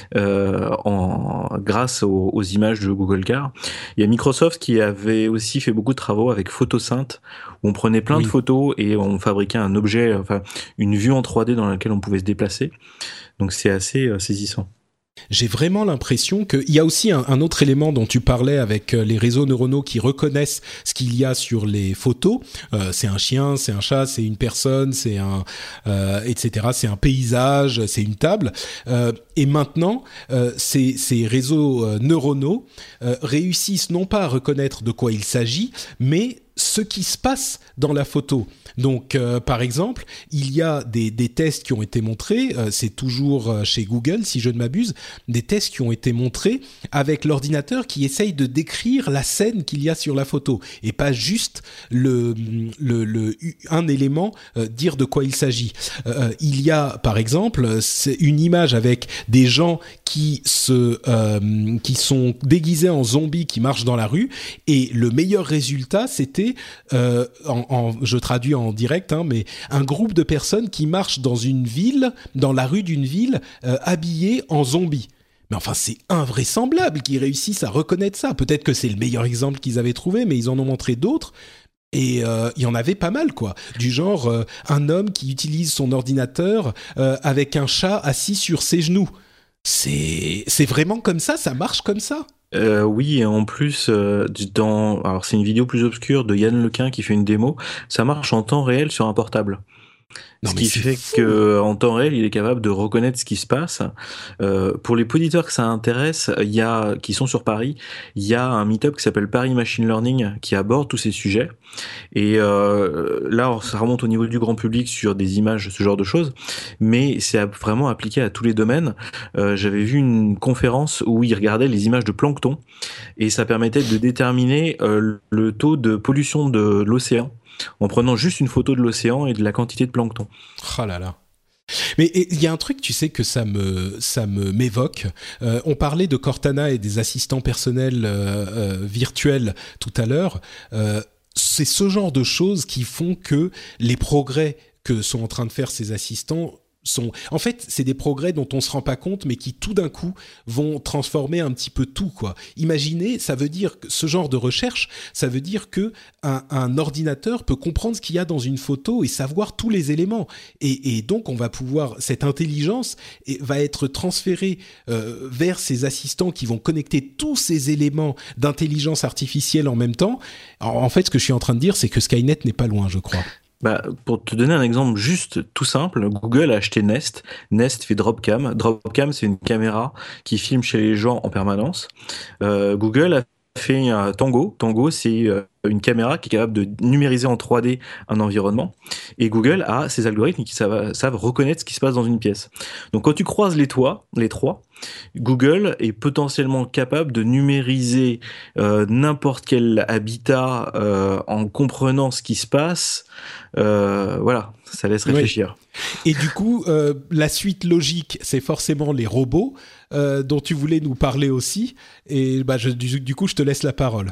grâce aux images de Google Cars. Il y a Microsoft qui avait aussi fait beaucoup de travaux avec Photosynth, où on prenait plein de photos et on fabriquait un objet, enfin une vue en 3D dans laquelle on pouvait se déplacer. Donc c'est assez saisissant. J'ai vraiment l'impression qu'il y a aussi un autre élément dont tu parlais avec les réseaux neuronaux qui reconnaissent ce qu'il y a sur les photos. C'est un chien, c'est un chat, c'est une personne, c'est etc. C'est un paysage, c'est une table. Et maintenant, ces réseaux neuronaux réussissent non pas à reconnaître de quoi il s'agit, mais ce qui se passe dans la photo. Donc, par exemple, il y a des tests qui ont été montrés, c'est toujours chez Google, si je ne m'abuse, des tests qui ont été montrés avec l'ordinateur qui essaye de décrire la scène qu'il y a sur la photo et pas juste un élément, dire de quoi il s'agit. Il y a, par exemple, c'est une image avec des gens qui sont déguisés en zombies qui marchent dans la rue, et le meilleur résultat, c'était, je traduis en direct, mais un groupe de personnes qui marchent dans la rue d'une ville, habillées en zombies. Mais enfin, c'est invraisemblable qu'ils réussissent à reconnaître ça. Peut-être que c'est le meilleur exemple qu'ils avaient trouvé, mais ils en ont montré d'autres. Et il y en avait pas mal, quoi. Du genre, un homme qui utilise son ordinateur avec un chat assis sur ses genoux. C'est vraiment comme ça marche comme ça. Oui, et en plus, alors c'est une vidéo plus obscure de Yann Lequin qui fait une démo, ça marche en temps réel sur un portable. Ce qui fait que en temps réel, il est capable de reconnaître ce qui se passe. Pour les auditeurs que ça intéresse, qui sont sur Paris, il y a un meet-up qui s'appelle Paris Machine Learning qui aborde tous ces sujets. Et là, ça remonte au niveau du grand public sur des images, ce genre de choses, mais c'est vraiment appliqué à tous les domaines. J'avais vu une conférence où ils regardaient les images de plancton et ça permettait de déterminer le taux de pollution de l'océan en prenant juste une photo de l'océan et de la quantité de plancton. Oh là là. Mais il y a un truc, tu sais, que ça m'évoque. On parlait de Cortana et des assistants personnels virtuels tout à l'heure. C'est ce genre de choses qui font que les progrès que sont en train de faire ces assistants en fait, c'est des progrès dont on se rend pas compte, mais qui tout d'un coup vont transformer un petit peu tout, quoi. Imaginez, ça veut dire que ce genre de recherche, ça veut dire que un ordinateur peut comprendre ce qu'il y a dans une photo et savoir tous les éléments. Et donc, on va pouvoir, cette intelligence va être transférée vers ces assistants qui vont connecter tous ces éléments d'intelligence artificielle en même temps. Alors, en fait, ce que je suis en train de dire, c'est que Skynet n'est pas loin, je crois. Pour te donner un exemple juste tout simple, Google a acheté Nest. Nest fait Dropcam. Dropcam, c'est une caméra qui filme chez les gens en permanence. Google a fait Tango. Tango, c'est une caméra qui est capable de numériser en 3D un environnement. Et Google a ces algorithmes qui savent reconnaître ce qui se passe dans une pièce. Donc quand tu croises les trois, Google est potentiellement capable de numériser n'importe quel habitat en comprenant ce qui se passe. Voilà, ça laisse réfléchir. Oui. Et du coup, la suite logique, c'est forcément les robots dont tu voulais nous parler aussi. Et du coup, je te laisse la parole.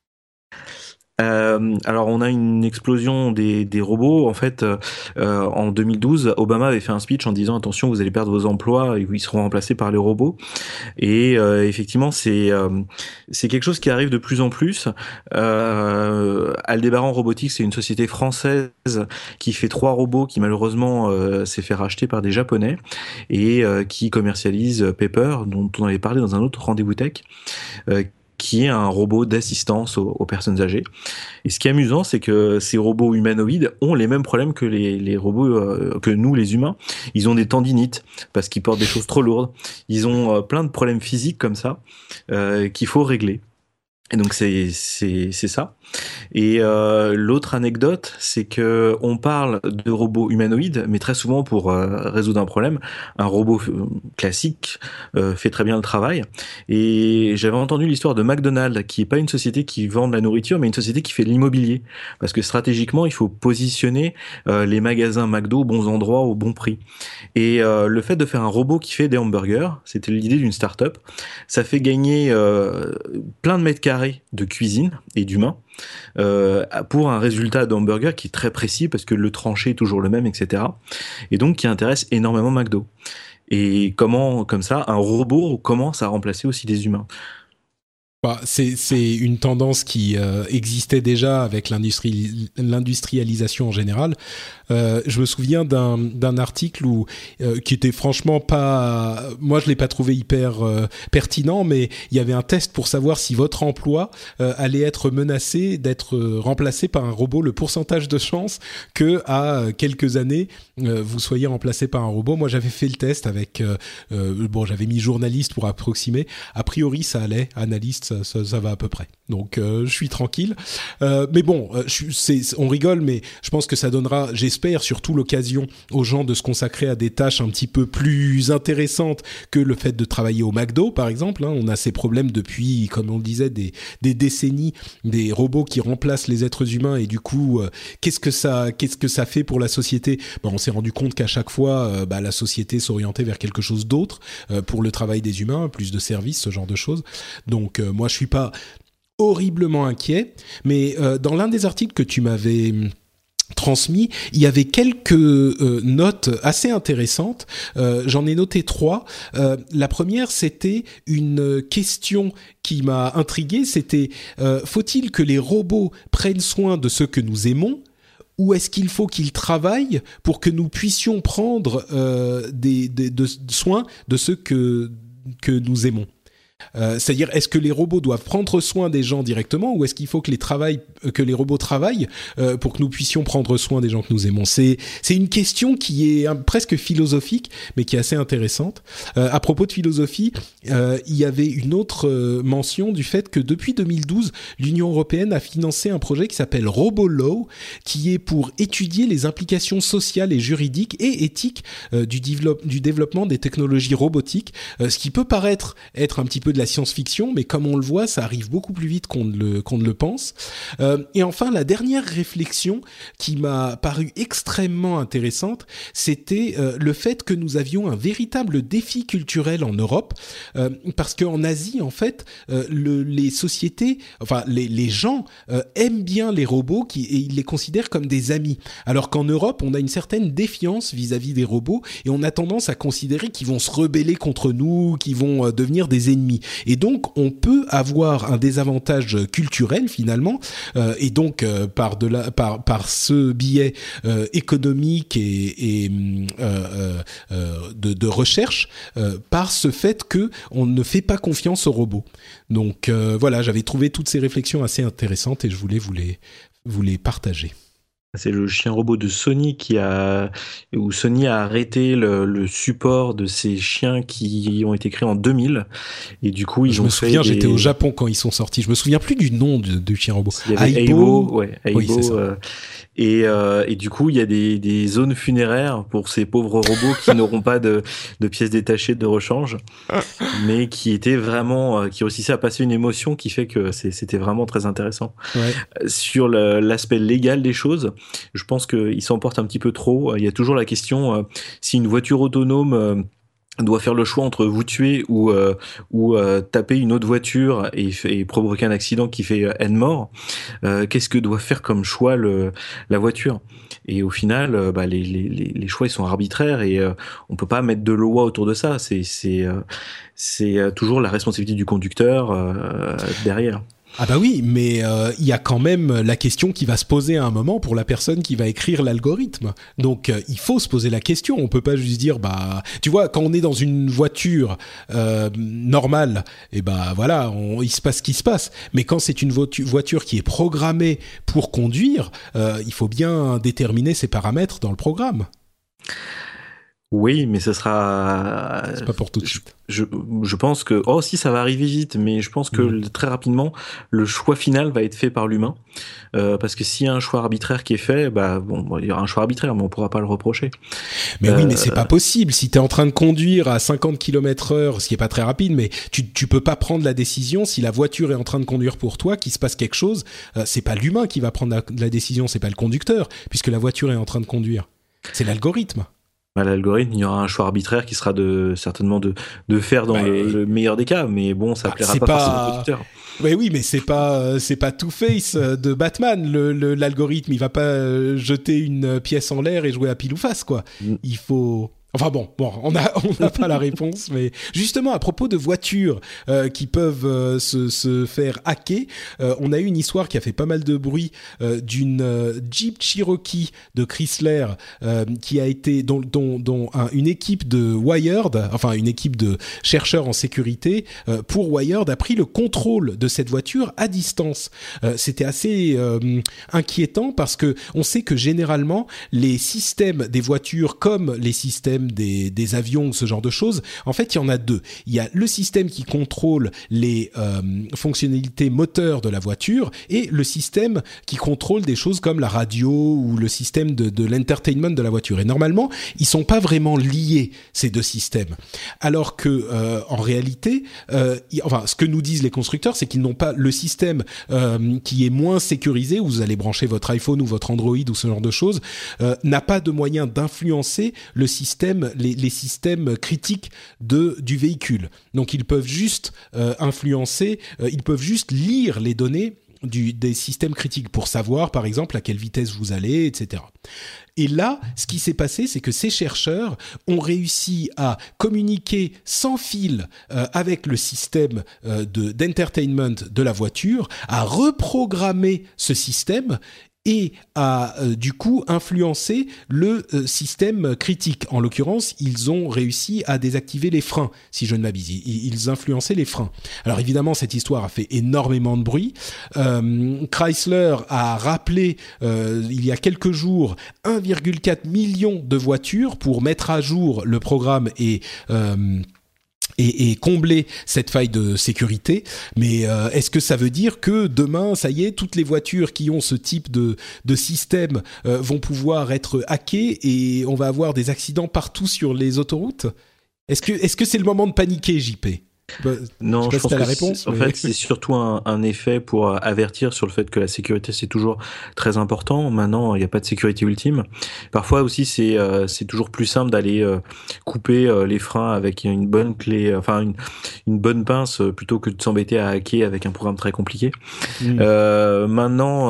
Alors on a une explosion des robots. En fait, en 2012, Obama avait fait un speech en disant attention, vous allez perdre vos emplois et ils seront remplacés par les robots. Et effectivement, c'est quelque chose qui arrive de plus en plus. Aldebaran Robotics, c'est une société française qui fait 3 robots qui malheureusement s'est fait racheter par des Japonais et qui commercialise Pepper, dont on avait parlé dans un autre rendez-vous tech. Qui est un robot d'assistance aux personnes âgées. Et ce qui est amusant, c'est que ces robots humanoïdes ont les mêmes problèmes que les robots, que nous, les humains. Ils ont des tendinites, parce qu'ils portent des choses trop lourdes. Ils ont plein de problèmes physiques comme ça, qu'il faut régler. Et donc c'est ça. Et l'autre anecdote, c'est que on parle de robots humanoïdes, mais très souvent pour résoudre un problème, un robot classique fait très bien le travail. Et j'avais entendu l'histoire de McDonald's, qui est pas une société qui vend de la nourriture, mais une société qui fait de l'immobilier, parce que stratégiquement, il faut positionner les magasins McDo aux bons endroits, au bon prix. Et le fait de faire un robot qui fait des hamburgers, c'était l'idée d'une start-up, ça fait gagner plein de mètres carrés de cuisine et d'humain pour un résultat d'hamburger qui est très précis parce que le tranché est toujours le même, etc. Et donc qui intéresse énormément McDo. Et comme ça, un robot commence à remplacer aussi des humains. C'est une tendance qui existait déjà avec l'industrialisation en général. Je me souviens d'un article qui était franchement pas... Moi, je l'ai pas trouvé hyper pertinent, mais il y avait un test pour savoir si votre emploi allait être menacé d'être remplacé par un robot, le pourcentage de chance que à quelques années, vous soyez remplacé par un robot. Moi, j'avais fait le test avec... j'avais mis journaliste pour approximer. A priori, ça allait. Analyste, ça va à peu près. Donc je suis tranquille. Mais bon, on rigole, mais je pense que ça donnera, j'espère, surtout l'occasion aux gens de se consacrer à des tâches un petit peu plus intéressantes que le fait de travailler au McDo, par exemple. On a ces problèmes depuis, comme on le disait, des décennies, des robots qui remplacent les êtres humains, et du coup, qu'est-ce que ça fait pour la société ? On s'est rendu compte qu'à chaque fois, la société s'orientait vers quelque chose d'autre pour le travail des humains, plus de services, ce genre de choses. Donc moi, je suis pas horriblement inquiet, mais dans l'un des articles que tu m'avais transmis, il y avait quelques notes assez intéressantes. J'en ai noté 3. La première, c'était une question qui m'a intrigué. C'était faut-il que les robots prennent soin de ceux que nous aimons, ou est-ce qu'il faut qu'ils travaillent pour que nous puissions prendre soin de ceux que nous aimons ? C'est-à-dire, est-ce que les robots doivent prendre soin des gens directement, ou est-ce qu'il faut que les robots travaillent pour que nous puissions prendre soin des gens que nous aimons ? C'est une question qui est presque philosophique, mais qui est assez intéressante. À propos de philosophie, il y avait une autre mention du fait que depuis 2012, l'Union européenne a financé un projet qui s'appelle RoboLaw, qui est pour étudier les implications sociales et juridiques et éthiques du développement des technologies robotiques, ce qui peut paraître être un petit peu de la science-fiction, mais comme on le voit, ça arrive beaucoup plus vite qu'on ne le pense. Et enfin, la dernière réflexion qui m'a paru extrêmement intéressante, c'était le fait que nous avions un véritable défi culturel en Europe, parce qu'en Asie, en fait, les sociétés, enfin les gens aiment bien les robots et ils les considèrent comme des amis, alors qu'en Europe, on a une certaine défiance vis-à-vis des robots, et on a tendance à considérer qu'ils vont se rebeller contre nous, qu'ils vont devenir des ennemis. Et donc, on peut avoir un désavantage culturel finalement, et donc par ce biais économique et de recherche, par ce fait que on ne fait pas confiance aux robots. Donc voilà, j'avais trouvé toutes ces réflexions assez intéressantes et je voulais vous les partager. C'est le chien robot de Sony où Sony a arrêté le support de ces chiens qui ont été créés en 2000, et du coup je me souviens, j'étais au Japon quand ils sont sortis. Je me souviens plus du nom du chien robot. Il y avait Aibo, oui, c'est ça. Et du coup, il y a des zones funéraires pour ces pauvres robots qui n'auront pas de pièces détachées de rechange, mais qui réussissaient à passer une émotion qui fait que c'était vraiment très intéressant. Ouais. Sur l'aspect légal des choses, je pense qu'ils s'emportent un petit peu trop. Il y a toujours la question si une voiture autonome doit faire le choix entre vous tuer ou taper une autre voiture et provoquer un accident qui fait N morts. Qu'est-ce que doit faire comme choix la voiture ? Et au final, les choix ils sont arbitraires, et on peut pas mettre de loi autour de ça. C'est toujours la responsabilité du conducteur derrière. Ah bah oui, mais il y a quand même la question qui va se poser à un moment pour la personne qui va écrire l'algorithme. Donc il faut se poser la question. On peut pas juste dire tu vois, quand on est dans une voiture normale, et voilà, il se passe ce qui se passe. Mais quand c'est une voiture qui est programmée pour conduire, il faut bien déterminer ses paramètres dans le programme. Oui, mais ce sera... C'est pas pour tout de suite. Je pense que... Oh, si, ça va arriver vite, mais je pense que très rapidement, le choix final va être fait par l'humain. Parce que s'il y a un choix arbitraire qui est fait, il y aura un choix arbitraire, mais on pourra pas le reprocher. Mais oui, mais c'est pas possible. Si t'es en train de conduire à 50 km/h, ce qui est pas très rapide, mais tu peux pas prendre la décision si la voiture est en train de conduire pour toi, qu'il se passe quelque chose. C'est pas l'humain qui va prendre la décision, c'est pas le conducteur, puisque la voiture est en train de conduire. C'est l'algorithme. L'algorithme, il y aura un choix arbitraire qui sera certainement de faire dans le meilleur des cas, mais bon, ça plaira pas forcément au conducteur. Oui, mais c'est pas Two-Face de Batman. L'algorithme, il va pas jeter une pièce en l'air et jouer à pile ou face, quoi. Il faut... Enfin bon, on n'a pas la réponse, mais justement à propos de voitures qui peuvent se faire hacker, on a eu une histoire qui a fait pas mal de bruit d'une Jeep Cherokee de Chrysler qui a été dont une équipe de Wired, enfin une équipe de chercheurs en sécurité pour Wired a pris le contrôle de cette voiture à distance. C'était assez inquiétant parce que on sait que généralement les systèmes des voitures comme les systèmes système des avions, ce genre de choses. En fait, il y en a deux. Il y a le système qui contrôle les fonctionnalités moteurs de la voiture et le système qui contrôle des choses comme la radio ou le système de l'entertainment de la voiture. Et normalement, ils sont pas vraiment liés, ces deux systèmes. Alors que en réalité, ce que nous disent les constructeurs, c'est qu'ils n'ont pas le système qui est moins sécurisé, où vous allez brancher votre iPhone ou votre Android ou ce genre de choses, n'a pas de moyen d'influencer le système, les systèmes critiques du véhicule. Donc ils peuvent juste influencer, ils peuvent juste lire les données des systèmes critiques pour savoir, par exemple, à quelle vitesse vous allez, etc. Et là, ce qui s'est passé, c'est que ces chercheurs ont réussi à communiquer sans fil avec le système d'entertainment de la voiture, à reprogrammer ce système et à du coup influencer le système critique. En l'occurrence, ils ont réussi à désactiver les freins, si je ne m'abuse. Ils influençaient les freins. Alors évidemment, cette histoire a fait énormément de bruit. Chrysler a rappelé il y a quelques jours 1,4 million de voitures pour mettre à jour le programme et combler cette faille de sécurité. Mais est-ce que ça veut dire que demain, ça y est, toutes les voitures qui ont ce type de système vont pouvoir être hackées et on va avoir des accidents partout sur les autoroutes ? Est-ce que c'est le moment de paniquer, JP ? Non, je pense que la réponse, en fait, c'est surtout un effet pour avertir sur le fait que la sécurité, c'est toujours très important. Maintenant, il n'y a pas de sécurité ultime. Parfois aussi, c'est toujours plus simple d'aller couper les freins avec une bonne clé, enfin une bonne pince, plutôt que de s'embêter à hacker avec un programme très compliqué. Maintenant,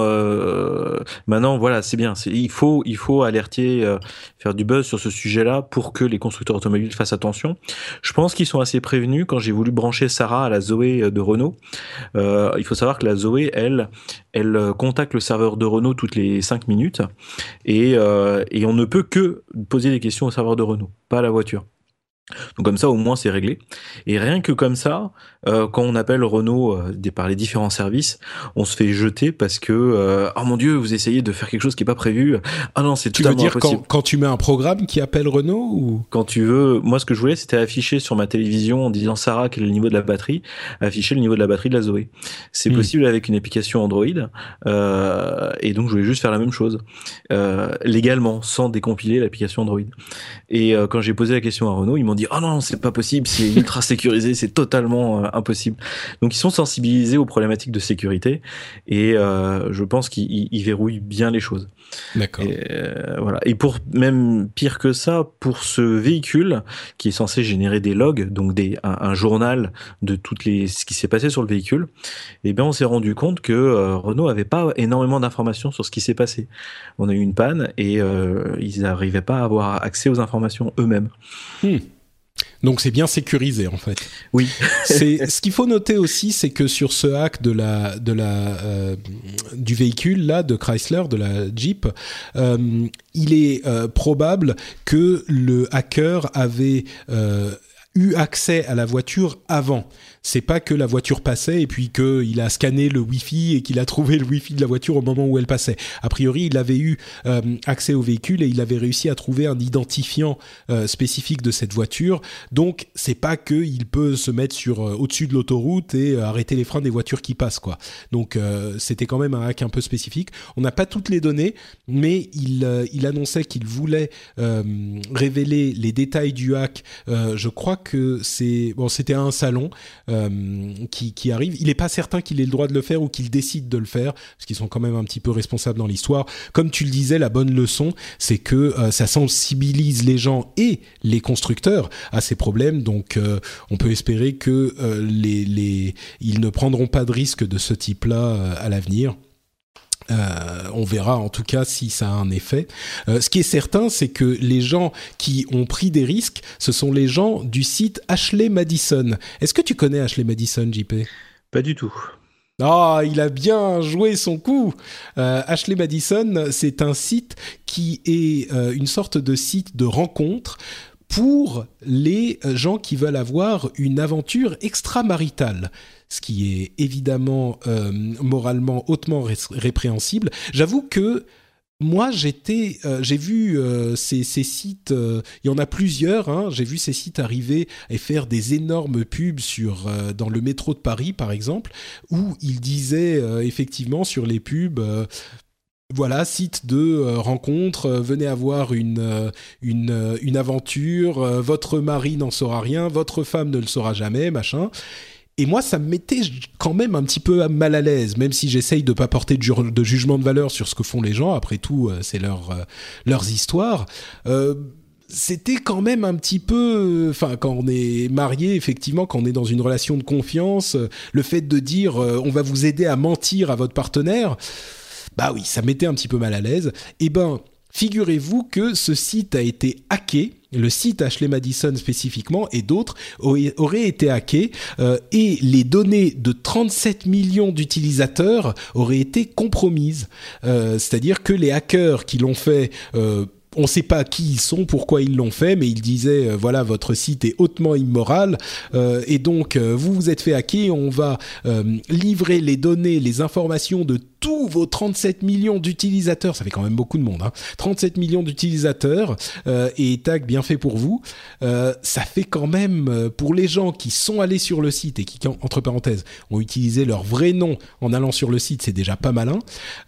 voilà, c'est bien. Il faut alerter, faire du buzz sur ce sujet-là pour que les constructeurs automobiles fassent attention. Je pense qu'ils sont assez prévenus. Quand j'ai voulu brancher Sarah à la Zoé de Renault, il faut savoir que la Zoé, elle contacte le serveur de Renault toutes les 5 minutes et on ne peut que poser des questions au serveur de Renault, pas à la voiture. Donc comme ça, au moins, c'est réglé. Et rien que comme ça, quand on appelle Renault par les différents services, on se fait jeter parce que oh mon Dieu, vous essayez de faire quelque chose qui est pas prévu. Ah non, c'est totalement impossible. Tu veux dire quand tu mets un programme qui appelle Renault ou quand tu veux. Moi, ce que je voulais, c'était afficher sur ma télévision en disant Sarah quel est le niveau de la batterie, afficher le niveau de la batterie de la Zoé. C'est possible avec une application Android. Et donc, je voulais juste faire la même chose légalement, sans décompiler l'application Android. Et quand j'ai posé la question à Renault, ils m'ont dit oh non, c'est pas possible, c'est ultra sécurisé, c'est totalement impossible. Donc ils sont sensibilisés aux problématiques de sécurité et je pense qu'ils verrouillent bien les choses. D'accord. Et, voilà. Et pour même pire que ça, pour ce véhicule qui est censé générer des logs, donc un journal de ce qui s'est passé sur le véhicule, eh bien on s'est rendu compte que Renault avait pas énormément d'informations sur ce qui s'est passé. On a eu une panne et ils n'arrivaient pas à avoir accès aux informations eux-mêmes. Donc c'est bien sécurisé en fait. Oui. Ce qu'il faut noter aussi, c'est que sur ce hack du véhicule là, de Chrysler, de la Jeep, il est probable que le hacker avait eu accès à la voiture avant. C'est pas que la voiture passait et puis qu'il a scanné le Wi-Fi et qu'il a trouvé le Wi-Fi de la voiture au moment où elle passait. A priori, il avait eu accès au véhicule et il avait réussi à trouver un identifiant spécifique de cette voiture. Donc, c'est pas qu'il peut se mettre au-dessus de l'autoroute et arrêter les freins des voitures qui passent, quoi. Donc, c'était quand même un hack un peu spécifique. On n'a pas toutes les données, mais il annonçait qu'il voulait révéler les détails du hack. Je crois que c'était à un salon qui arrive. Il n'est pas certain qu'il ait le droit de le faire ou qu'il décide de le faire, parce qu'ils sont quand même un petit peu responsables dans l'histoire. Comme tu le disais, la bonne leçon, c'est que ça sensibilise les gens et les constructeurs à ces problèmes. Donc, on peut espérer que ils ne prendront pas de risques de ce type-là à l'avenir. On verra en tout cas si ça a un effet. Ce qui est certain, c'est que les gens qui ont pris des risques, ce sont les gens du site Ashley Madison. Est-ce que tu connais Ashley Madison, JP ? Pas du tout. Ah, il a bien joué son coup. Ashley Madison, c'est un site qui est une sorte de site de rencontre pour les gens qui veulent avoir une aventure extramaritale, ce qui est évidemment moralement hautement répréhensible. J'avoue que moi, j'ai vu ces sites. Il y en a plusieurs. Hein, j'ai vu ces sites arriver et faire des énormes pubs dans le métro de Paris, par exemple, où ils disaient effectivement sur les pubs. Voilà, site de rencontre, venez avoir une aventure, votre mari n'en saura rien, votre femme ne le saura jamais, machin. Et moi, ça me mettait quand même un petit peu mal à l'aise, même si j'essaye de ne pas porter de jugement de valeur sur ce que font les gens. Après tout, c'est leurs histoires. C'était quand même un petit peu... Enfin, quand on est marié, effectivement, quand on est dans une relation de confiance, le fait de dire on va vous aider à mentir à votre partenaire, bah oui, ça mettait un petit peu mal à l'aise. Eh ben, figurez-vous que ce site a été hacké. Le site Ashley Madison spécifiquement et d'autres auraient été hackés et les données de 37 millions d'utilisateurs auraient été compromises. C'est-à-dire que les hackers qui l'ont fait... on ne sait pas qui ils sont, pourquoi ils l'ont fait, mais ils disaient voilà, votre site est hautement immoral et donc vous vous êtes fait hacker, on va livrer les données, les informations de tous vos 37 millions d'utilisateurs, ça fait quand même beaucoup de monde, hein, 37 millions d'utilisateurs et tag bien fait pour vous. Ça fait quand même, pour les gens qui sont allés sur le site et qui, entre parenthèses, ont utilisé leur vrai nom en allant sur le site, c'est déjà pas malin.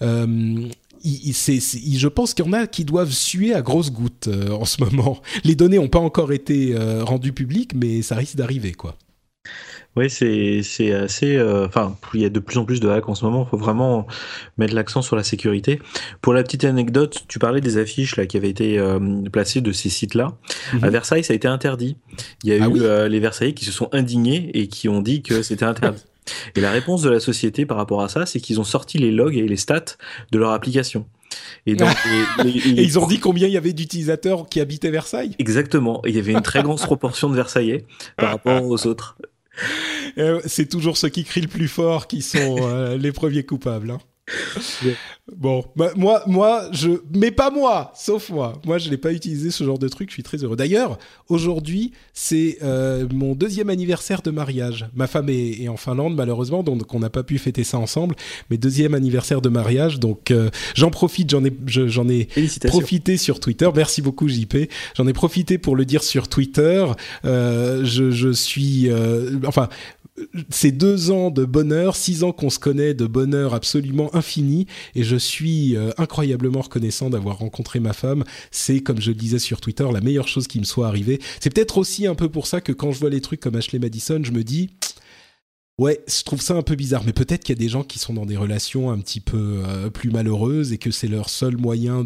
Je pense qu'il y en a qui doivent suer à grosses gouttes en ce moment. Les données n'ont pas encore été rendues publiques, mais ça risque d'arriver, quoi. Oui, c'est assez... Enfin, il y a de plus en plus de hacks en ce moment. Il faut vraiment mettre l'accent sur la sécurité. Pour la petite anecdote, tu parlais des affiches là qui avaient été placées de ces sites-là. À Versailles, ça a été interdit. Il y a eu les Versaillais qui se sont indignés et qui ont dit que c'était interdit. Et la réponse de la société par rapport à ça, c'est qu'ils ont sorti les logs et les stats de leur application. Et donc, et ils ont dit combien il y avait d'utilisateurs qui habitaient Versailles ? Exactement. Et il y avait une très grosse proportion de Versaillais par rapport aux autres. C'est toujours ceux qui crient le plus fort qui sont les premiers coupables. Hein. Bon, mais pas moi, sauf moi. Moi, je n'ai pas utilisé ce genre de truc, je suis très heureux. D'ailleurs, aujourd'hui, c'est mon 2e anniversaire de mariage. Ma femme est en Finlande, malheureusement, donc on n'a pas pu fêter ça ensemble. Mais 2e anniversaire de mariage, donc j'en profite, j'en ai profité sur Twitter. Merci beaucoup, JP. J'en ai profité pour le dire sur Twitter. Je suis... c'est 2 ans de bonheur, 6 ans qu'on se connaît, de bonheur absolument infini, et je suis incroyablement reconnaissant d'avoir rencontré ma femme. C'est, comme je le disais sur Twitter, la meilleure chose qui me soit arrivée. C'est peut-être aussi un peu pour ça que quand je vois les trucs comme Ashley Madison, je me dis... Ouais, je trouve ça un peu bizarre, mais peut-être qu'il y a des gens qui sont dans des relations un petit peu plus malheureuses et que c'est leur seul moyen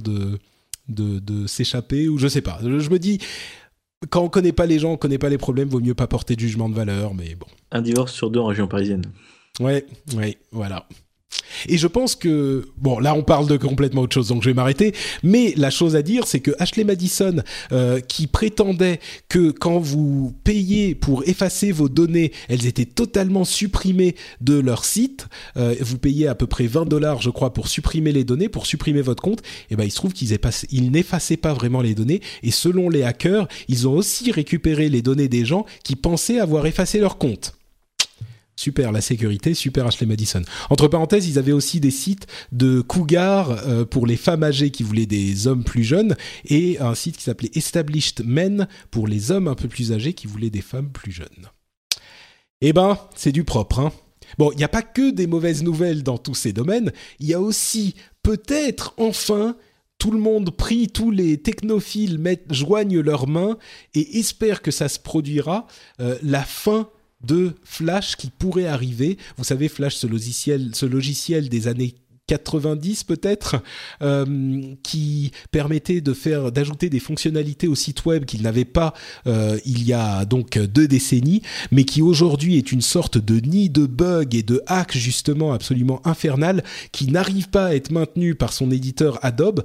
de s'échapper, ou je sais pas. Je me dis... Quand on connaît pas les gens, on connaît pas les problèmes, vaut mieux pas porter de jugement de valeur, mais bon. Un divorce sur 2 en région parisienne. Ouais, voilà. Et je pense que... Bon, là, on parle de complètement autre chose, donc je vais m'arrêter. Mais la chose à dire, c'est que Ashley Madison, qui prétendait que quand vous payez pour effacer vos données, elles étaient totalement supprimées de leur site. Vous payez à peu près $20, je crois, pour supprimer les données, pour supprimer votre compte. Et ben, il se trouve qu'ils n'effaçaient pas vraiment les données. Et selon les hackers, ils ont aussi récupéré les données des gens qui pensaient avoir effacé leur compte. Super la sécurité, super Ashley Madison. Entre parenthèses, ils avaient aussi des sites de cougars pour les femmes âgées qui voulaient des hommes plus jeunes et un site qui s'appelait Established Men pour les hommes un peu plus âgés qui voulaient des femmes plus jeunes. Eh ben, c'est du propre, hein. Bon, il n'y a pas que des mauvaises nouvelles dans tous ces domaines, il y a aussi peut-être enfin... Tout le monde prie, tous les technophiles joignent leurs mains et espèrent que ça se produira, la fin de Flash qui pourrait arriver. Vous savez, Flash, ce logiciel des années 90 peut-être, qui permettait d'ajouter des fonctionnalités au site web qu'il n'avait pas il y a donc 2 décennies, mais qui aujourd'hui est une sorte de nid de bugs et de hacks justement absolument infernal, qui n'arrive pas à être maintenu par son éditeur Adobe.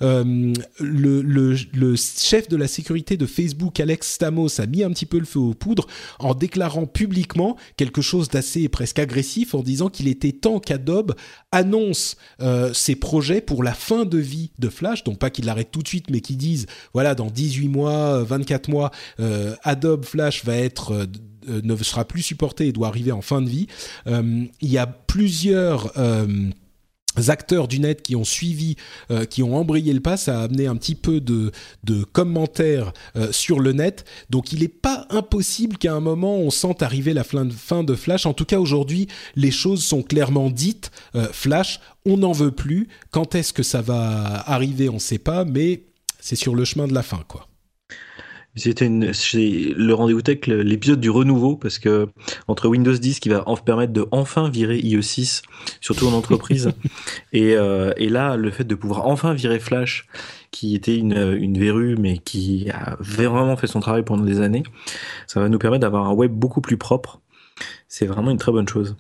Le chef de la sécurité de Facebook, Alex Stamos, a mis un petit peu le feu aux poudres en déclarant publiquement quelque chose d'assez presque agressif, en disant qu'il était temps qu'Adobe annonce ces projets pour la fin de vie de Flash, donc pas qu'ils l'arrêtent tout de suite, mais qu'ils disent, voilà, dans 18 mois, 24 mois, Adobe Flash ne sera plus supporté et doit arriver en fin de vie. Il y a plusieurs acteurs du net qui ont suivi, qui ont embrayé le pas, ça a amené un petit peu de commentaires sur le net. Donc il n'est pas impossible qu'à un moment on sente arriver la fin de Flash. En tout cas aujourd'hui, les choses sont clairement dites. Flash, on n'en veut plus. Quand est-ce que ça va arriver, on ne sait pas, mais c'est sur le chemin de la fin, quoi. C'était le rendez-vous tech, l'épisode du renouveau, parce que entre Windows 10 qui va permettre de enfin virer IE 6, surtout en entreprise, et là le fait de pouvoir enfin virer Flash, qui était une verrue mais qui a vraiment fait son travail pendant des années, ça va nous permettre d'avoir un web beaucoup plus propre. C'est vraiment une très bonne chose.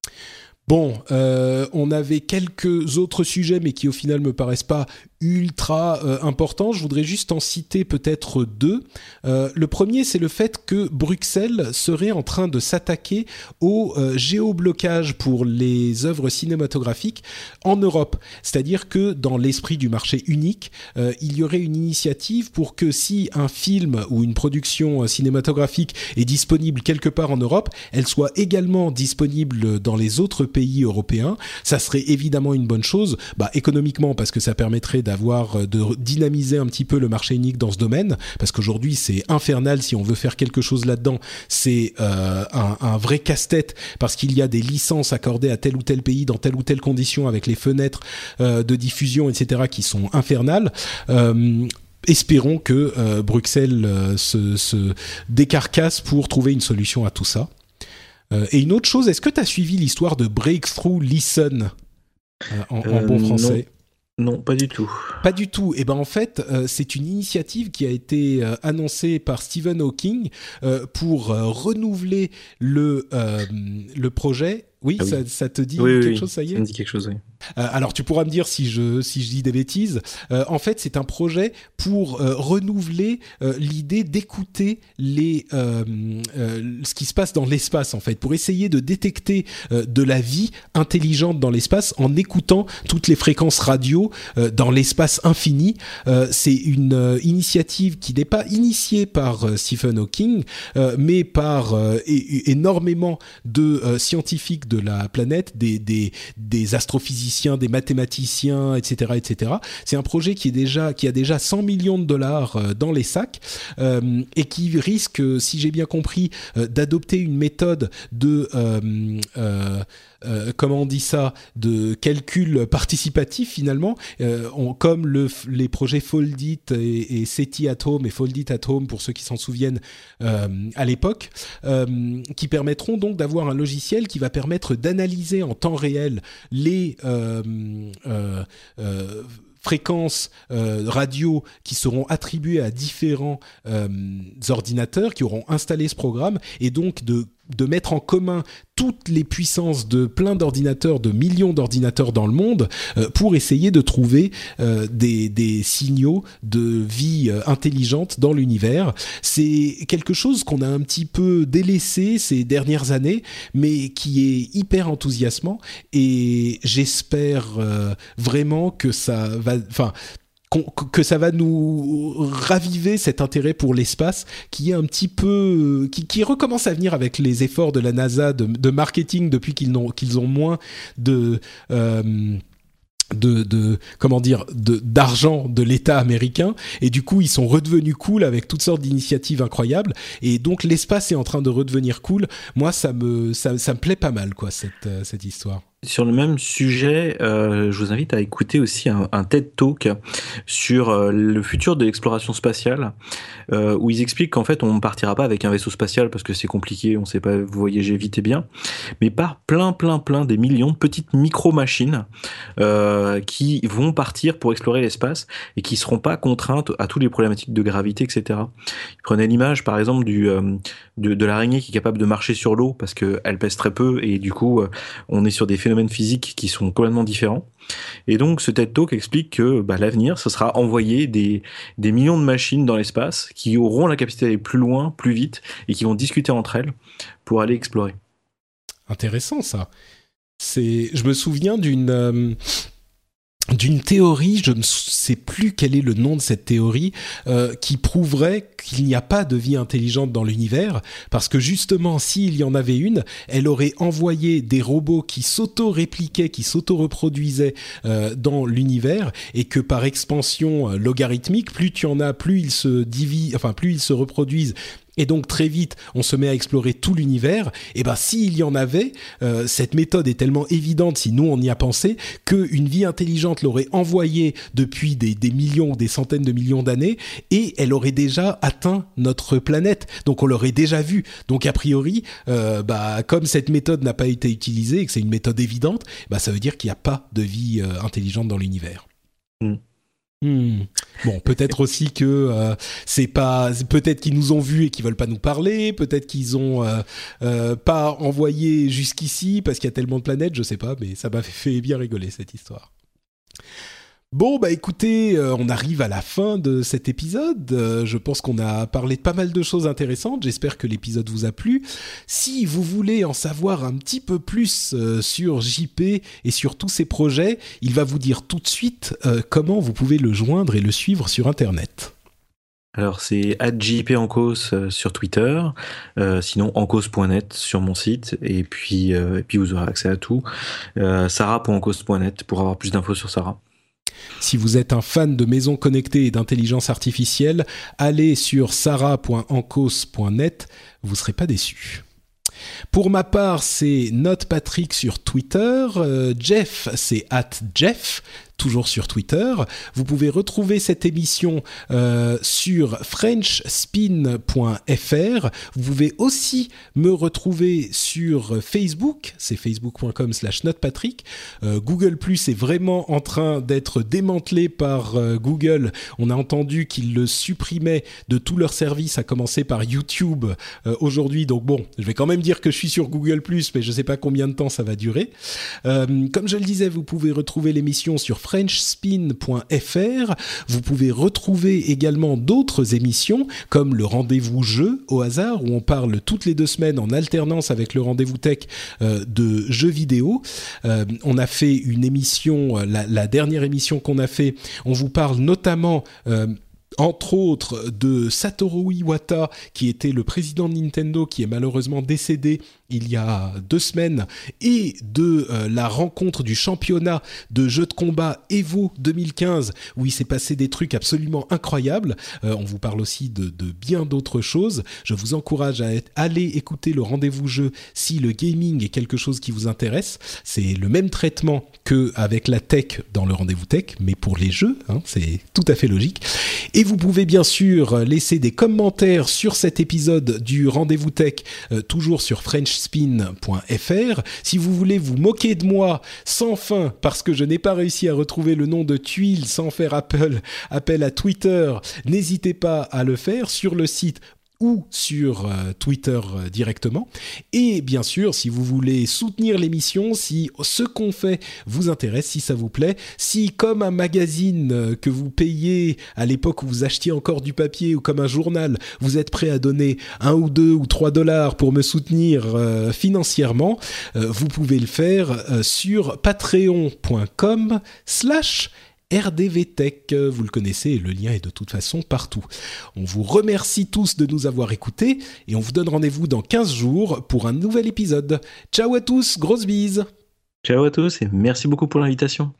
Bon, on avait quelques autres sujets, mais qui au final me paraissent pas ultra importants. Je voudrais juste en citer peut-être deux. Le premier, c'est le fait que Bruxelles serait en train de s'attaquer au géoblocage pour les œuvres cinématographiques en Europe. C'est-à-dire que dans l'esprit du marché unique, il y aurait une initiative pour que si un film ou une production cinématographique est disponible quelque part en Europe, elle soit également disponible dans les autres pays européens. Ça serait évidemment une bonne chose, économiquement, parce que ça permettrait de dynamiser un petit peu le marché unique dans ce domaine, parce qu'aujourd'hui c'est infernal si on veut faire quelque chose là-dedans. C'est un vrai casse-tête, parce qu'il y a des licences accordées à tel ou tel pays dans telle ou telle condition, avec les fenêtres de diffusion, etc., qui sont infernales. Espérons que Bruxelles se décarcasse pour trouver une solution à tout ça. Et une autre chose, est-ce que tu as suivi l'histoire de Breakthrough Listen en bon français ? Non, pas du tout. Pas du tout. Et en fait, c'est une initiative qui a été annoncée par Stephen Hawking pour renouveler le projet. Oui, ah oui. Ça te dit quelque chose, ça y est ? Ça me dit quelque chose, oui. Alors, tu pourras me dire si je dis des bêtises. En fait, c'est un projet pour renouveler l'idée d'écouter ce qui se passe dans l'espace, en fait, pour essayer de détecter de la vie intelligente dans l'espace en écoutant toutes les fréquences radio dans l'espace infini. C'est une initiative qui n'est pas initiée par Stephen Hawking, mais par énormément de scientifiques de la planète, des astrophysiciens, des mathématiciens, etc., etc. C'est un projet qui a déjà 100 millions de dollars dans les sacs et qui risque, si j'ai bien compris, d'adopter une méthode de comment on dit ça, de calcul participatif finalement, comme les projets Foldit et SETI at Home et Foldit at Home pour ceux qui s'en souviennent à l'époque, qui permettront donc d'avoir un logiciel qui va permettre d'analyser en temps réel les fréquences radio qui seront attribuées à différents ordinateurs qui auront installé ce programme, et donc de mettre en commun toutes les puissances de plein d'ordinateurs, de millions d'ordinateurs dans le monde, pour essayer de trouver des signaux de vie intelligente dans l'univers. C'est quelque chose qu'on a un petit peu délaissé ces dernières années, mais qui est hyper enthousiasmant, et j'espère vraiment que ça va nous raviver cet intérêt pour l'espace qui est un petit peu qui recommence à venir avec les efforts de la NASA de marketing depuis qu'ils ont moins d'argent de l'État américain, et du coup ils sont redevenus cool avec toutes sortes d'initiatives incroyables, et donc l'espace est en train de redevenir cool. Moi ça me plaît pas mal, quoi, cette histoire. Sur le même sujet, je vous invite à écouter aussi un TED Talk sur le futur de l'exploration spatiale, où ils expliquent qu'en fait on ne partira pas avec un vaisseau spatial parce que c'est compliqué, on ne sait pas voyager vite et bien, mais par plein des millions de petites micro-machines qui vont partir pour explorer l'espace et qui ne seront pas contraintes à toutes les problématiques de gravité, etc. Ils prenaient l'image par exemple de l'araignée qui est capable de marcher sur l'eau parce qu'elle pèse très peu, et du coup on est sur des phénomènes physiques qui sont complètement différents. Et donc ce TED Talk explique que l'avenir, ce sera envoyer des millions de machines dans l'espace qui auront la capacité d'aller plus loin, plus vite, et qui vont discuter entre elles pour aller explorer. Intéressant ça. Je me souviens d'une d'une théorie, je ne sais plus quel est le nom de cette théorie, qui prouverait qu'il n'y a pas de vie intelligente dans l'univers, parce que justement, s'il y en avait une, elle aurait envoyé des robots qui s'auto-répliquaient, qui s'auto-reproduisaient dans l'univers, et que par expansion logarithmique, plus tu en as, plus ils se divisent, enfin plus ils se reproduisent. Et donc très vite, on se met à explorer tout l'univers. Et ben, s'il y en avait, cette méthode est tellement évidente, si nous on y a pensé, qu'une vie intelligente l'aurait envoyée depuis des millions ou des centaines de millions d'années, et elle aurait déjà atteint notre planète. Donc on l'aurait déjà vu. Donc a priori, comme cette méthode n'a pas été utilisée et que c'est une méthode évidente, ça veut dire qu'il n'y a pas de vie intelligente dans l'univers. Bon, peut-être aussi que c'est pas, peut-être qu'ils nous ont vus et qu'ils veulent pas nous parler, peut-être qu'ils ont pas envoyé jusqu'ici parce qu'il y a tellement de planètes, je sais pas, mais ça m'a fait bien rigoler cette histoire. Bon, écoutez, on arrive à la fin de cet épisode. Je pense qu'on a parlé de pas mal de choses intéressantes. J'espère que l'épisode vous a plu. Si vous voulez en savoir un petit peu plus sur JP et sur tous ses projets, il va vous dire tout de suite comment vous pouvez le joindre et le suivre sur Internet. Alors c'est @jpancos sur Twitter, sinon ancos.net sur mon site, et puis vous aurez accès à tout. Sarah.ancos.net pour avoir plus d'infos sur Sarah. Si vous êtes un fan de maisons connectées et d'intelligence artificielle, allez sur sarah.ancos.net, vous ne serez pas déçus. Pour ma part, c'est NotePatrick sur Twitter, Jeff, c'est @Jeff, toujours sur Twitter. Vous pouvez retrouver cette émission sur frenchspin.fr. Vous pouvez aussi me retrouver sur Facebook, c'est facebook.com/notepatrick. Google Plus est vraiment en train d'être démantelé par Google. On a entendu qu'ils le supprimaient de tous leurs services, à commencer par YouTube aujourd'hui. Donc bon, je vais quand même dire que je suis sur Google Plus, mais je ne sais pas combien de temps ça va durer. Comme je le disais, vous pouvez retrouver l'émission sur frenchspin.fr. Vous pouvez retrouver également d'autres émissions comme le Rendez-vous Jeu au hasard, où on parle toutes les 2 semaines en alternance avec le Rendez-vous Tech de jeux vidéo. On a fait une émission, la dernière émission qu'on a fait, on vous parle notamment entre autres de Satoru Iwata, qui était le président de Nintendo, qui est malheureusement décédé il y a 2 semaines, et de la rencontre du championnat de jeux de combat Evo 2015, où il s'est passé des trucs absolument incroyables. On vous parle aussi de bien d'autres choses. Je vous encourage à aller écouter le Rendez-vous Jeu si le gaming est quelque chose qui vous intéresse. C'est le même traitement qu'avec la tech dans le Rendez-vous Tech, mais pour les jeux, c'est tout à fait logique. Et vous pouvez bien sûr laisser des commentaires sur cet épisode du Rendez-vous Tech, toujours sur frenchspin.fr. Si vous voulez vous moquer de moi sans fin parce que je n'ai pas réussi à retrouver le nom de tuile sans faire appel à Twitter, n'hésitez pas à le faire sur le site ou sur Twitter directement. Et bien sûr, si vous voulez soutenir l'émission, si ce qu'on fait vous intéresse, si ça vous plaît, si comme un magazine que vous payez à l'époque où vous achetiez encore du papier, ou comme un journal, vous êtes prêt à donner 1 ou 2 ou 3 dollars pour me soutenir financièrement, vous pouvez le faire sur patreon.com/RDVTech, vous le connaissez, le lien est de toute façon partout. On vous remercie tous de nous avoir écoutés et on vous donne rendez-vous dans 15 jours pour un nouvel épisode. Ciao à tous, grosse bise. Ciao à tous et merci beaucoup pour l'invitation.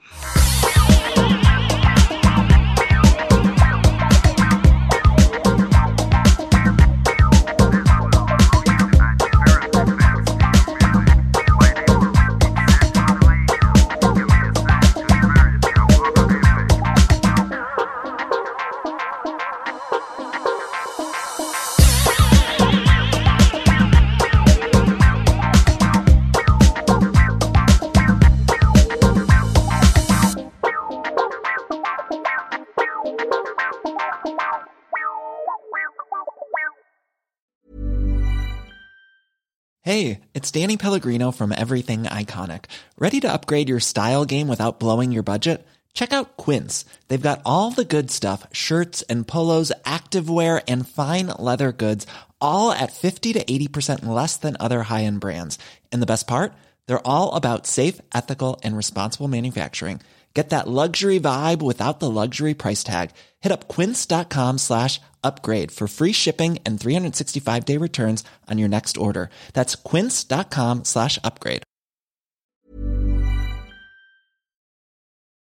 Hey, it's Danny Pellegrino from Everything Iconic. Ready to upgrade your style game without blowing your budget? Check out Quince. They've got all the good stuff, shirts and polos, activewear, and fine leather goods, all at 50 to 80% less than other high-end brands. And the best part? They're all about safe, ethical, and responsible manufacturing. Get that luxury vibe without the luxury price tag. Hit up quince.com/upgrade for free shipping and 365-day returns on your next order. That's quince.com/upgrade.